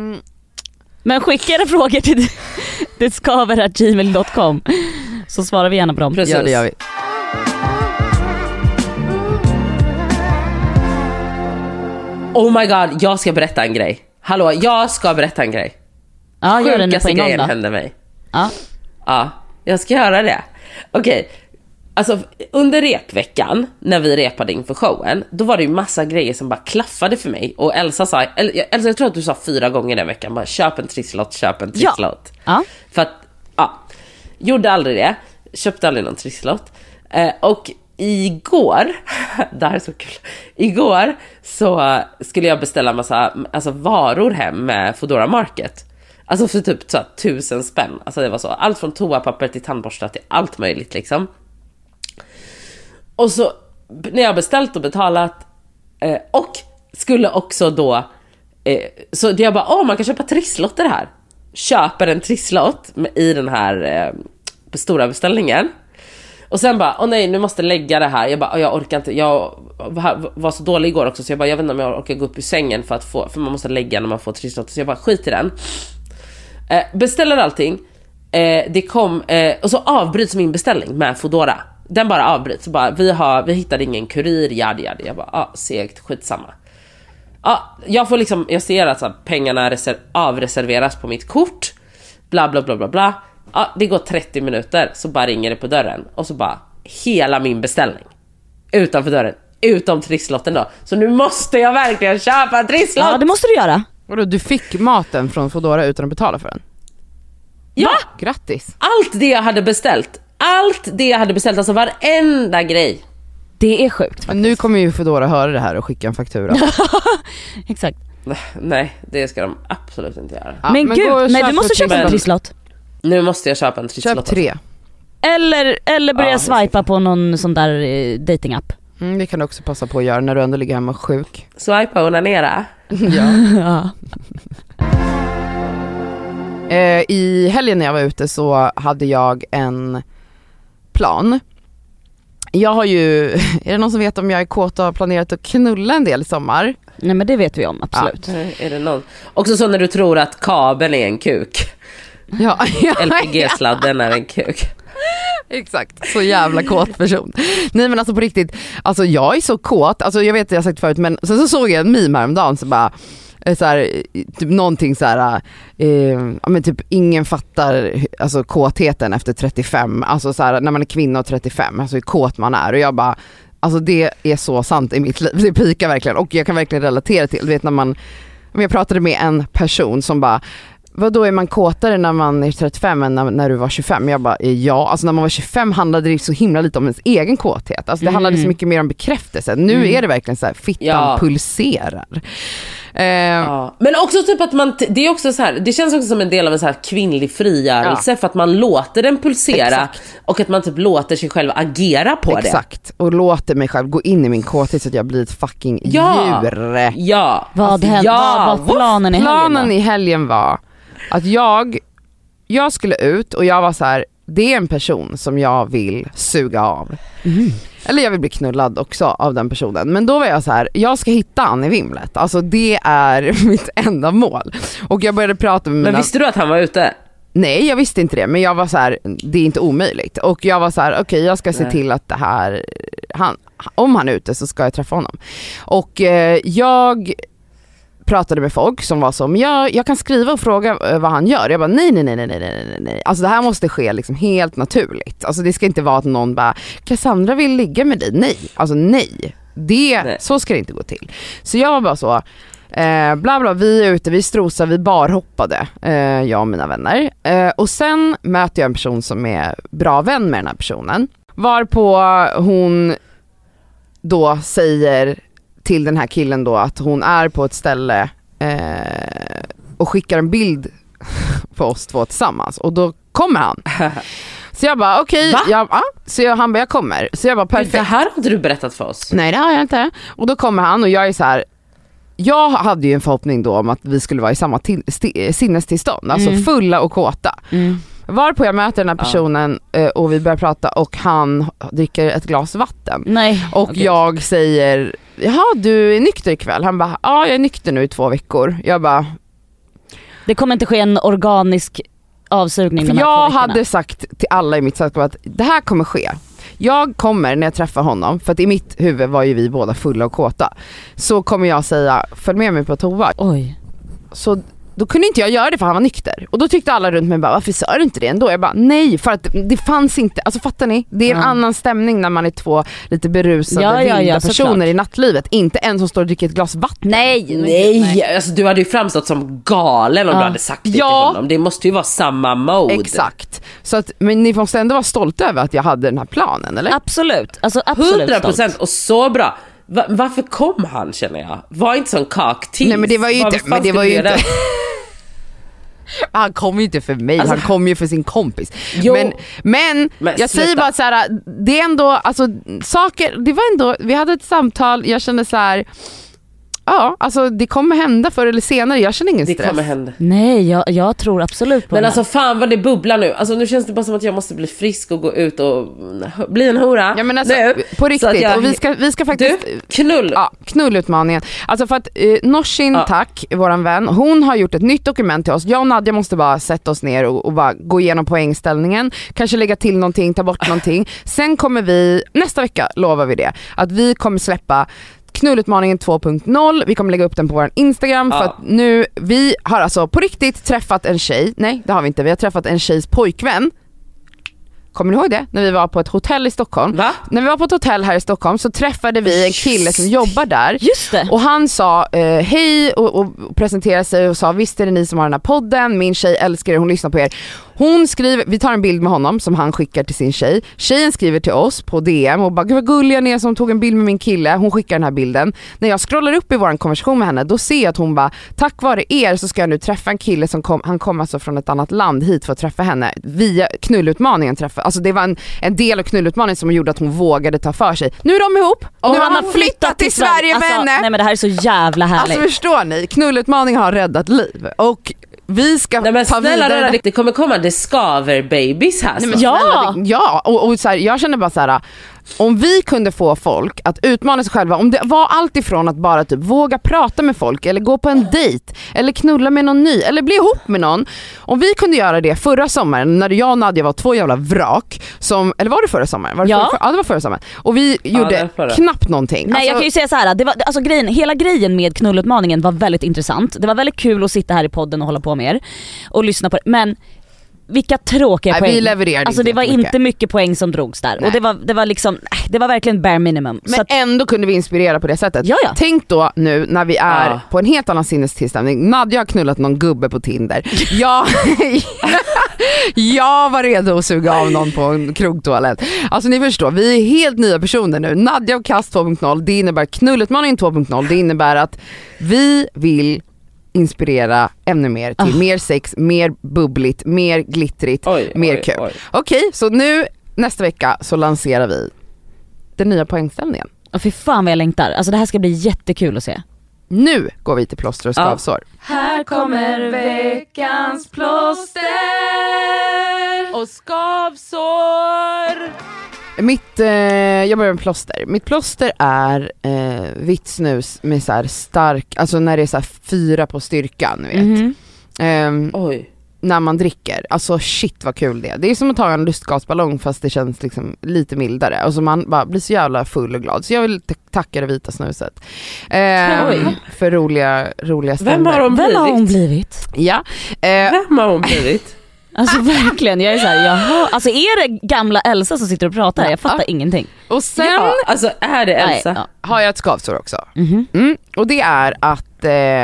skicka era frågor till detskaver@gmail.com så svarar vi gärna på dem. Precis. Ja, det gör vi. Oh my god, jag ska berätta en grej. Hallå, jag ska berätta en grej. Ja, gör det nu på en gång då. Hände mig. Ja, jag ska göra det. Okej. Alltså under repveckan, när vi repade inför showen, då var det ju massa grejer som bara klaffade för mig. Och Elsa sa, jag tror att du sa 4 gånger den veckan, bara köp en trisslott. Ja. För att, gjorde aldrig det. Köpte aldrig någon trisslott. Och igår, det här är så kul. Igår så skulle jag beställa massa varor hem med Foodora Market. Alltså för typ så 1000 spänn. Alltså det var så, allt från toapapper till tandborstar till allt möjligt liksom. Och så när jag beställt och betalat och skulle också då så det jag bara, man kan köpa trisslotter här. Köper en trisslott i den här stora beställningen. Och sen bara, nej, nu måste lägga det här. Jag bara, jag orkar inte. Jag var så dålig igår också, så jag bara, jag vet inte om jag orkar gå upp ur sängen för man måste lägga när man får trisslotter. Så jag bara, skit i den. Beställer allting. Det kom, och så avbryts min beställning med Foodora. Den bara avbryts. Så bara, vi hittade ingen kurir, jadi. Jag bara, segt, skitsamma. Jag får liksom, jag ser att pengarna avreserveras på mitt kort. Bla bla bla bla bla. Det går 30 minuter, så bara ringer det på dörren. Och så bara, hela min beställning utanför dörren, utom trisslotten då. Så nu måste jag verkligen köpa en trisslott. Ja, det måste du göra. Vadå, du fick maten från Foodora utan att betala för den? Ja, grattis. Allt det jag hade beställt, alltså varenda grej. Det är sjukt faktiskt. Men nu kommer ju Foodora höra det här och skicka en faktura. Exakt. Nej, det ska de absolut inte göra. Ja, men gud, nej, du måste köpa en trisslott. Nu måste jag köpa en trisslott. Köp 3. Eller börja swipa på någon sån där datingapp. Det kan du också passa på att göra när du ändå ligger hemma sjuk. Swipa och onanera. Ja. I helgen när jag var ute så hade jag en plan. Jag har ju, är det någon som vet om jag är kåt och har planerat att knulla en del i sommar? Nej, men det vet vi om, absolut. Ja. Är det någon? Också så när du tror att kabeln är en kuk. Ja. LPG-sladden är en kuk. Exakt, så jävla kåt person. Nej men alltså på riktigt, alltså jag är så kåt, alltså jag vet att jag har sagt förut, men sen så såg jag en meme häromdagen så bara så här, typ någonting så här, men typ ingen fattar alltså kåtheten efter 35, alltså så här, när man är kvinna och 35, alltså hur kåt man är, och jag bara, alltså det är så sant i mitt liv, det pikar verkligen, och jag kan verkligen relatera till, du vet när man, om jag pratade med en person som bara, vad då är man kåtare när man är 35 än när du var 25? Jag bara, ja, alltså när man var 25 handlade det så himla lite om ens egen kåthet. Alltså det handlade så mycket mer om bekräftelse. Nu är det verkligen så här, fittan pulserar. Men också typ att man, det är också så här, det känns också som en del av en så här kvinnlig frigörelse, för att man låter den pulsera. Exakt. Och att man typ låter sig själv agera på det. Exakt, och låter mig själv gå in i min kåthet så att jag blir ett fucking djur. Ja. Vad var planen i helgen? Planen i helgen var att jag skulle ut och jag var så här, det är en person som jag vill suga av. Eller jag vill bli knullad också av den personen. Men då var jag så här, jag ska hitta han i vimlet. Alltså det är mitt enda mål. Och jag började prata med Men visste du att han var ute? Nej, jag visste inte det, men jag var så här, det är inte omöjligt. Och jag var så här, okej, jag ska se till att det här, om han är ute så ska jag träffa honom. Och jag pratade med folk som var så, men jag kan skriva och fråga vad han gör. Jag bara, nej. Alltså det här måste ske liksom helt naturligt. Alltså det ska inte vara att någon bara, Cassandra vill ligga med dig. Nej, alltså nej. Så ska det inte gå till. Så jag var bara så, bla bla, vi är ute, vi strosar, vi barhoppade, jag och mina vänner. Och sen möter jag en person som är bra vän med den här personen. Varpå hon då säger till den här killen då att hon är på ett ställe och skickar en bild på oss två tillsammans, och då kommer han. Så jag bara okej, han bara jag kommer. Så jag bara perfekt. Det här har inte du berättat för oss. Nej, det har jag inte. Och då kommer han och jag är så här, jag hade ju en förhoppning då om att vi skulle vara i samma sinnestillstånd, alltså fulla och kåta. Varpå jag möter den här personen och vi börjar prata och han dricker ett glas vatten. Nej. Och jag säger, jaha, du är nykter ikväll? Han bara, ja, jag är nykter nu i 2 veckor. Jag bara, det kommer inte ske en organisk avsugning de här 2 jag veckorna. hade sagt till alla i mitt sällskap att det här kommer ske. Jag kommer när jag träffar honom, för att i mitt huvud var ju vi båda fulla och kåta, så kommer jag säga, följ med mig på toa. Oj. Så då kunde inte jag göra det för han var nykter. Och då tyckte alla runt mig bara, varför sa du inte det ändå? Jag bara, nej, för att det fanns inte, alltså fattar ni? Det är en annan stämning när man är 2 lite berusade vilda personer i nattlivet. Inte en som står och dricker ett glas vatten. Nej. Alltså du hade ju framstått som galen om du hade sagt det till honom. Det måste ju vara samma mode. Exakt. Så att, men ni måste ändå vara stolta över att jag hade den här planen, eller? Absolut, alltså absolut 100% stolt. Och så bra. Varför kom han, känner jag? Var inte sån kaktis. Nej, men det var ju inte, men det var ju inte. Han kom ju inte för mig, alltså, han kom ju för sin kompis. Men jag säger bara så här, det är ändå, alltså saker, det var ändå, vi hade ett samtal, jag kände så här, ja, alltså det kommer hända förr eller senare. Jag känner ingen stress. Det kommer hända. Nej, jag tror absolut på Men det. alltså fan vad det bubblar nu. Alltså nu känns det bara som att jag måste bli frisk och gå ut och bli en hora. Ja men alltså nu. på riktigt. Jag... Och vi ska faktiskt... knull. Ja, knullutmaningen. Alltså för att Norsin, tack, våran vän, hon har gjort ett nytt dokument till oss. Jag och Nadja måste bara sätta oss ner och bara gå igenom poängställningen. Kanske lägga till någonting, ta bort någonting. Sen kommer vi, nästa vecka lovar vi det, att vi kommer släppa knullutmaningen 2.0. Vi kommer lägga upp den på vår Instagram för att nu, vi har alltså på riktigt träffat en tjej. Nej, det har vi inte. Vi har träffat en tjejs pojkvän. Kommer ni ihåg det? När vi var på ett hotell i Stockholm. Va? När vi var på ett hotell här i Stockholm så träffade vi en kille som jobbar där. Just det. Och han sa hej och presenterade sig och sa visst är det ni som har den här podden. Min tjej älskar er, hon lyssnar på er. Hon skriver, vi tar en bild med honom som han skickar till sin tjej. Tjejen skriver till oss på DM och bara gud vad gulliga ni är som tog en bild med min kille. Hon skickar den här bilden. När jag scrollar upp i vår konversation med henne då ser jag att hon bara tack vare er så ska jag nu träffa en kille som han kom alltså från ett annat land hit för att träffa henne. Via knullutmaningen träffa. Alltså det var en del av knullutmaningen som gjorde att hon vågade ta för sig. Nu är de ihop och nu har han flyttat till Sverige med henne. Nej men det här är så jävla härligt. Alltså förstår ni? Knullutmaningen har räddat liv. Och vi ska ta vidare. Det kommer komma det skaver babies här. Nej, men ja, och så här, jag känner bara så här. Om vi kunde få folk att utmana sig själva, om det var allt ifrån att bara typ våga prata med folk eller gå på en dejt eller knulla med någon ny eller bli ihop med någon. Om vi kunde göra det förra sommaren när jag och Nadja var 2 jävla vrak som, eller var det förra sommaren? Var det det var förra sommaren. Och vi gjorde knappt någonting. Nej, jag kan ju säga så här, det var, alltså hela grejen med knullutmaningen var väldigt intressant. Det var väldigt kul att sitta här i podden och hålla på med er och lyssna på det. Men vilka tråkiga poäng. Vi levererade alltså det var inte mycket poäng som drogs där. Nej. Och det var liksom, det var verkligen bare minimum. Men så att, ändå kunde vi inspirera på det sättet. Ja. Tänk då nu när vi är på en helt annan sinnestillställning. Nadja har knullat någon gubbe på Tinder. Jag var redo att suga av någon på en krogtoalett. Alltså ni förstår, vi är helt nya personer nu. Nadja och Kast 2.0, det innebär knullutmaningen 2.0. Det innebär att vi vill inspirera ännu mer till mer sex, mer bubbligt, mer glittrigt, mer kul. Okej, så nu nästa vecka så lanserar vi den nya poängställningen. Och fy fan vad jag längtar. Alltså det här ska bli jättekul att se. Nu går vi till plåster och skavsår. Här kommer veckans plåster och skavsår. Jag börjar med plåster. Mitt plåster är vitt snus med så här stark, alltså när det är så här 4 på styrkan, vet. När man dricker. Alltså shit vad kul det är. Det är som att ta en lustgasballong fast det känns liksom lite mildare. Och så man bara blir så jävla full och glad. Så jag vill tacka det vita snuset. För roliga stunder. Vem har hon blivit? Ja. Vem har hon blivit? Alltså verkligen, jag är såhär, jaha. Alltså är det gamla Elsa som sitter och pratar? Jag fattar ingenting. Och sen alltså är det Elsa? Har jag ett skavsår också. Och det är att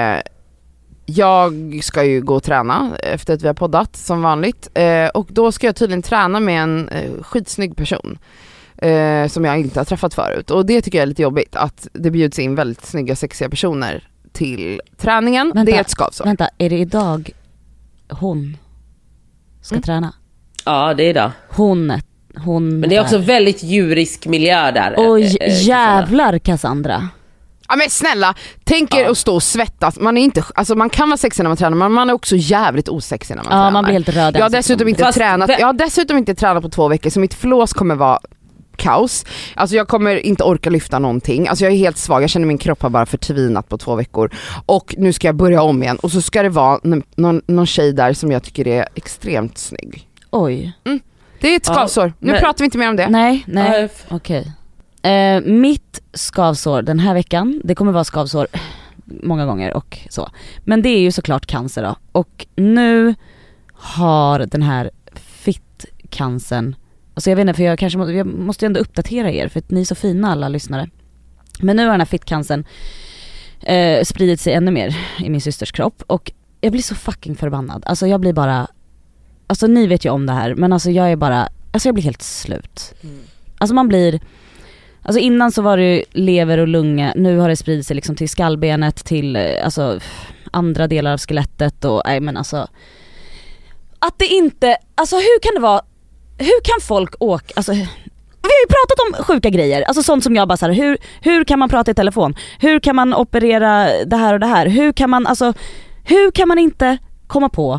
jag ska ju gå och träna efter att vi har poddat som vanligt. Och då ska jag tydligen träna med en skitsnygg person. Som jag inte har träffat förut. Och det tycker jag är lite jobbigt. Att det bjuds in väldigt snygga, sexiga personer till träningen. Vänta, det är ett skavsår. Vänta, är det idag hon ska träna? Ja, det är idag. Hon. Men det är också väldigt djurisk miljö där. Oj, jävlar Cassandra. Ja men snälla, tänk er att stå och svettas. Man är inte, alltså man kan vara sexig när man tränar, men man är också jävligt osexig när man tränar. Ja, man blir helt röd. Jag har dessutom inte tränat på 2 veckor, så mitt flås kommer vara kaos. Alltså jag kommer inte orka lyfta någonting. Alltså jag är helt svag, jag känner min kropp har bara förtvinat på 2 veckor. Och nu ska jag börja om igen. Och så ska det vara någon tjej där som jag tycker är extremt snygg. Oj. Det är ett skavsår. Nu pratar vi inte mer om det. Nej, okej. Mitt skavsår den här veckan, det kommer vara skavsår många gånger och så. Men det är ju såklart cancer då. Och nu har den här fittcancern, alltså jag vet inte, för jag måste ju ändå uppdatera er för att ni är så fina alla lyssnare. Men nu har den här fittcancern spridit sig ännu mer i min systers kropp och jag blir så fucking förbannad. Alltså jag blir bara, alltså ni vet ju om det här, men alltså jag är bara, alltså jag blir helt slut. Alltså man blir, alltså innan så var det lever och lunga, nu har det spridit sig liksom till skallbenet, till alltså andra delar av skelettet och nej men alltså att det inte, alltså hur kan det vara, hur kan folk åka, alltså vi har ju pratat om sjuka grejer, alltså sånt som jag bara så här, hur kan man prata i telefon? Hur kan man operera det här och det här? Hur kan man inte komma på,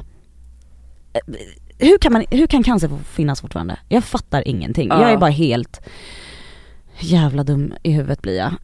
hur kan cancer finnas fortfarande? Jag fattar ingenting. Jag är bara helt jävla dum i huvudet blir jag.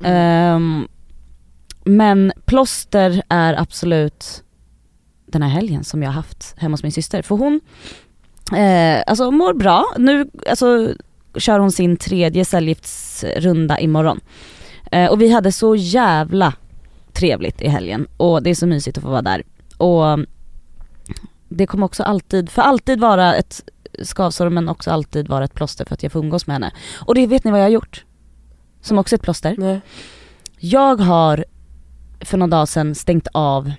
Men plåster är absolut den här helgen som jag har haft hemma hos min syster. För hon alltså mår bra. Nu alltså kör hon sin 3:e cellgiftsrunda imorgon. Och vi hade så jävla trevligt i helgen. Och det är så mysigt att få vara där. Och det kommer också alltid vara ett skavsår, men också alltid vara ett plåster för att jag får umgås med henne. Och det vet ni vad jag har gjort? Som också är ett plåster. Nej. Jag har för några dagar sedan stängt av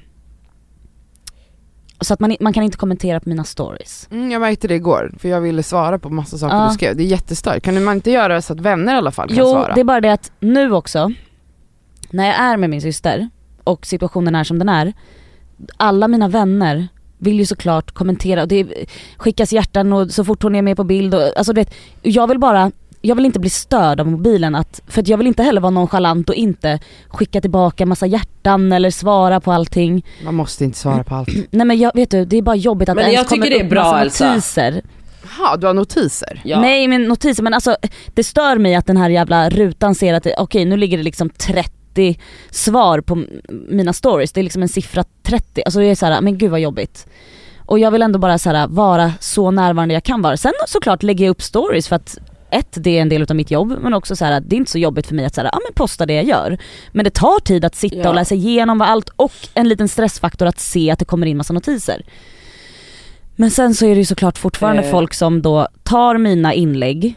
så att man kan inte kommentera på mina stories. Jag märkte det igår, för jag ville svara på massa saker du skrev. Det är jättestarkt. Kan man inte göra så att vänner i alla fall kan svara? Jo, det är bara det att nu också, när jag är med min syster och situationen är som den är, alla mina vänner vill ju såklart kommentera och det skickas hjärtan och så fort hon är med på bild och, alltså du vet, jag vill inte bli störd av mobilen för att jag vill inte heller vara nonchalant och inte skicka tillbaka massa hjärtan eller svara på allting. Man måste inte svara på allt. Nej men vet du, det är bara jobbigt att men det jag tycker det är bra, notiser. Jaha, du har notiser? Ja. Nej, men notiser, men alltså det stör mig att den här jävla rutan ser att okej, nu ligger det liksom 30 svar på mina stories. Det är liksom en siffra 30. Alltså det är så här, men gud vad jobbigt. Och jag vill ändå bara så här, vara så närvarande jag kan vara. Sen såklart lägger jag upp stories för att det är en del av mitt jobb, men också så här, det är inte så jobbigt för mig att så här, men posta det jag gör. Men det tar tid att sitta och läsa igenom vad allt, och en liten stressfaktor att se att det kommer in massa notiser. Men sen så är det ju såklart fortfarande folk som då tar mina inlägg.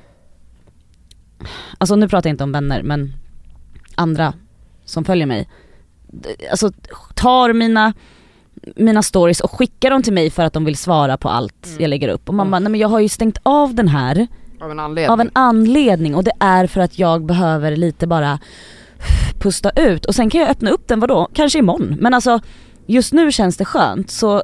Alltså nu pratar jag inte om vänner, men andra som följer mig. Alltså tar mina stories och skickar dem till mig för att de vill svara på allt jag lägger upp. Och man bara, nej men jag har ju stängt av den här av en anledning och det är för att jag behöver lite bara pusta ut. Och sen kan jag öppna upp den, vadå? Kanske imorgon. Men alltså just nu känns det skönt, så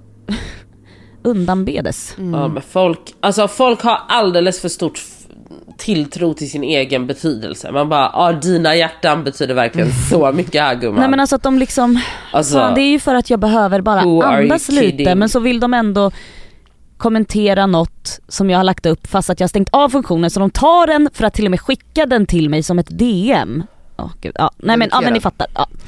undanbedes. Ja, men folk har alldeles för stort tilltro till sin egen betydelse. Man bara, dina hjärtan betyder verkligen så mycket här, gumman. Nej men alltså att de liksom fan, det är ju för att jag behöver bara andas lite, men så vill de ändå kommentera något som jag har lagt upp fast att jag har stängt av funktionen, så de tar den för att till och med skicka den till mig som ett DM. Gud. Nej men ni fattar.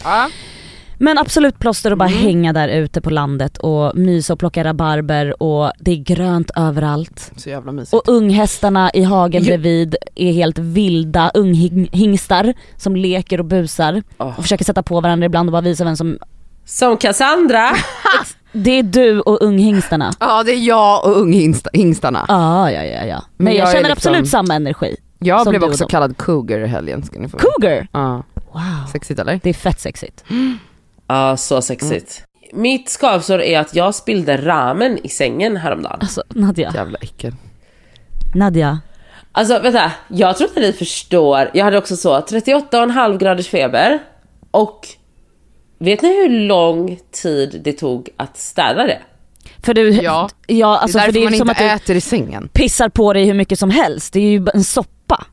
Men absolut plåster och bara hänga där ute på landet och mysa och plocka rabarber och det är grönt överallt. Så jävla mysigt. Och unghästarna i hagen bredvid är helt vilda unghingstar som leker och busar och försöker sätta på varandra ibland och bara visa vem som Cassandra. Det är du och unghingstarna. Ja, det är jag och unghingstarna. Ja. Men jag känner absolut samma energi. Jag blev också kallad cougar i helgen, ska ni få. Cougar? Ja. Wow. Sexigt eller? Det är fett sexigt. Ja, så sexigt. Mitt skavsår är att jag spillde ramen i sängen häromdagen. Alltså, Nadja. Jävla äckel. Nadja. Alltså, vänta. Jag tror inte ni förstår. Jag hade också så 38,5 graders feber. Och vet ni hur lång tid det tog att städa det? För du, ja alltså, det är därför för det är man som inte att äter i sängen. Pissar på dig hur mycket som helst. Det är ju en soppa.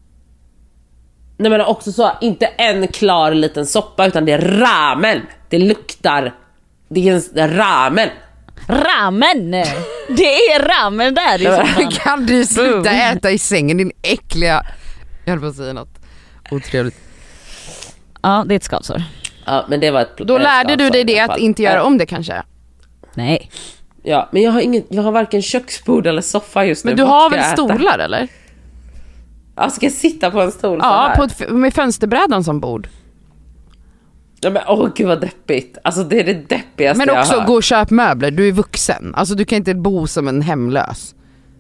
Nej men också så, inte en klar liten soppa utan det är ramen. Det luktar. Det är en ramen. Ramen! Det är ramen där. Kan du sluta äta i sängen, din äckliga... Jag höll på att säga något otrevligt. Ja, det är ett skavsår. Ja, men det var Då lärde du dig det att inte göra om det kanske? Nej. Ja, men jag har varken köksbord eller soffa just nu. Men du har väl stolar eller? Jag ska sitta på en stol. Ja, med fönsterbrädan som bord. Ja, men gud vad deppigt. Alltså det är det deppigaste. Men också jag har hört. gå och köp möbler, du är vuxen. Alltså du kan inte bo som en hemlös.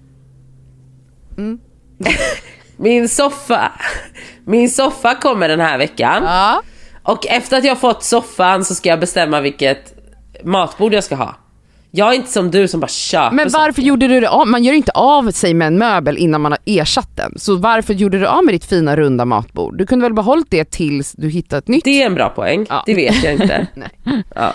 Min soffa kommer den här veckan. Ja. Och efter att jag fått soffan så ska jag bestämma vilket matbord jag ska ha. Jag är inte som du som bara köper. Men varför gjorde du det av? Man gör inte av sig med en möbel innan man har ersatt den. Så varför gjorde du av med ditt fina runda matbord? Du kunde väl behållit det tills du hittat ett nytt? Det är en bra poäng. Ja. Det vet jag inte. Nej. Ja.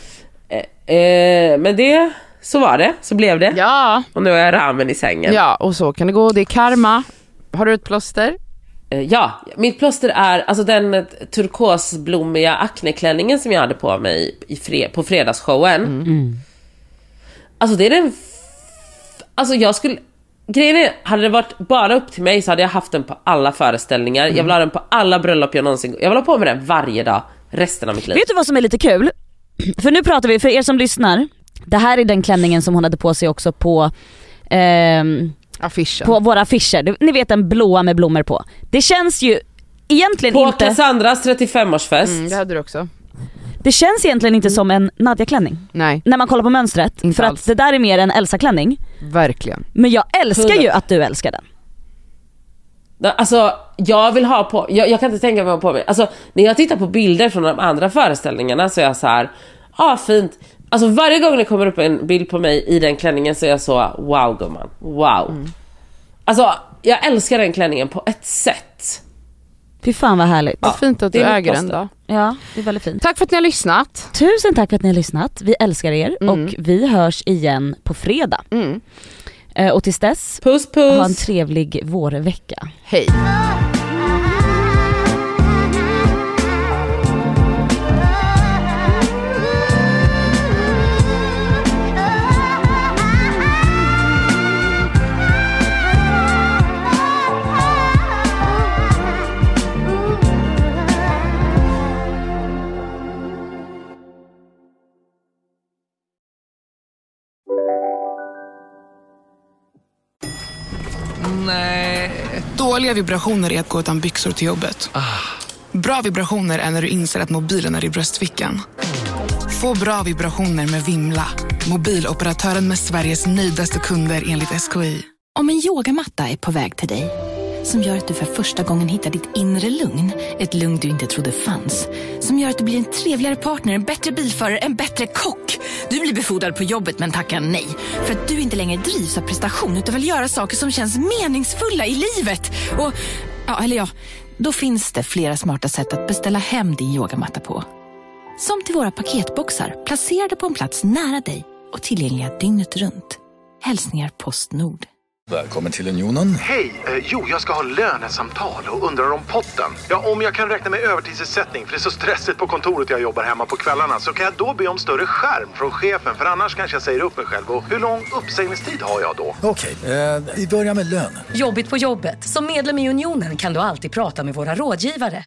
Men så var det. Så blev det. Ja. Och nu är jag ramen i sängen. Ja, och så kan det gå. Det är karma. Har du ett plåster? Ja, mitt plåster är alltså den turkosblommiga akneklänningen som jag hade på mig på fredagsshowen. Alltså det är den alltså jag skulle grejen är, hade det varit bara upp till mig så hade jag haft den på alla föreställningar. Jag vill ha den på alla bröllop jag någonsin. Jag vill ha på med den varje dag resten av mitt liv. Vet du vad som är lite kul? För nu pratar vi, för er som lyssnar, det här är den klänningen som hon hade på sig också på affischen. På våra affischer. Ni vet den blåa med blommor på. Det känns ju egentligen på inte... På Cassandras 35-årsfest. Det hade du också. Det känns egentligen inte som en Nadja-klänning. Nej. När man kollar på mönstret. Inte för alls. att det där är mer en Elsa-klänning. Verkligen. Men jag älskar ju att du älskar den. Alltså jag vill ha på jag kan inte tänka mig på mig. Alltså när jag tittar på bilder från de andra föreställningarna så är jag så här, fint. Alltså varje gång det kommer upp en bild på mig i den klänningen så är jag så wow gumman. Wow. Alltså jag älskar den klänningen på ett sätt. Fy fan vad härligt. Vad fint att du äger den då. Ja, det är väldigt fint. Tack för att ni har lyssnat. Tusen tack för att ni har lyssnat. Vi älskar er och vi hörs igen på fredag. Och tills dess, puss. Ha en trevlig vårvecka. Hej. Nej. Dåliga vibrationer är att gå utan byxor till jobbet. Bra vibrationer är när du inser att mobilen är i bröstfickan. Få bra vibrationer med Vimla. Mobiloperatören med Sveriges nöjdaste kunder enligt SKI. Om en yogamatta är på väg till dig, som gör att du för första gången hittar ditt inre lugn, ett lugn du inte trodde fanns, som gör att du blir en trevligare partner, en bättre bilförare, en bättre kock. Du blir befordrad på jobbet men tackar nej, för att du inte längre drivs av prestation utan vill göra saker som känns meningsfulla i livet. Och, då finns det flera smarta sätt att beställa hem din yogamatta på. Som till våra paketboxar, placerade på en plats nära dig och tillgängliga dygnet runt. Hälsningar Postnord. Välkommen till Unionen. Hej, jag ska ha lönesamtal och undrar om potten. Ja, om jag kan räkna med övertidsersättning för det är så stressigt på kontoret jag jobbar hemma på kvällarna, så kan jag då be om större skärm från chefen, för annars kanske jag säger upp mig själv. Och hur lång uppsägningstid har jag då? Okej, vi börjar med lön. Jobbigt på jobbet. Som medlem i Unionen kan du alltid prata med våra rådgivare.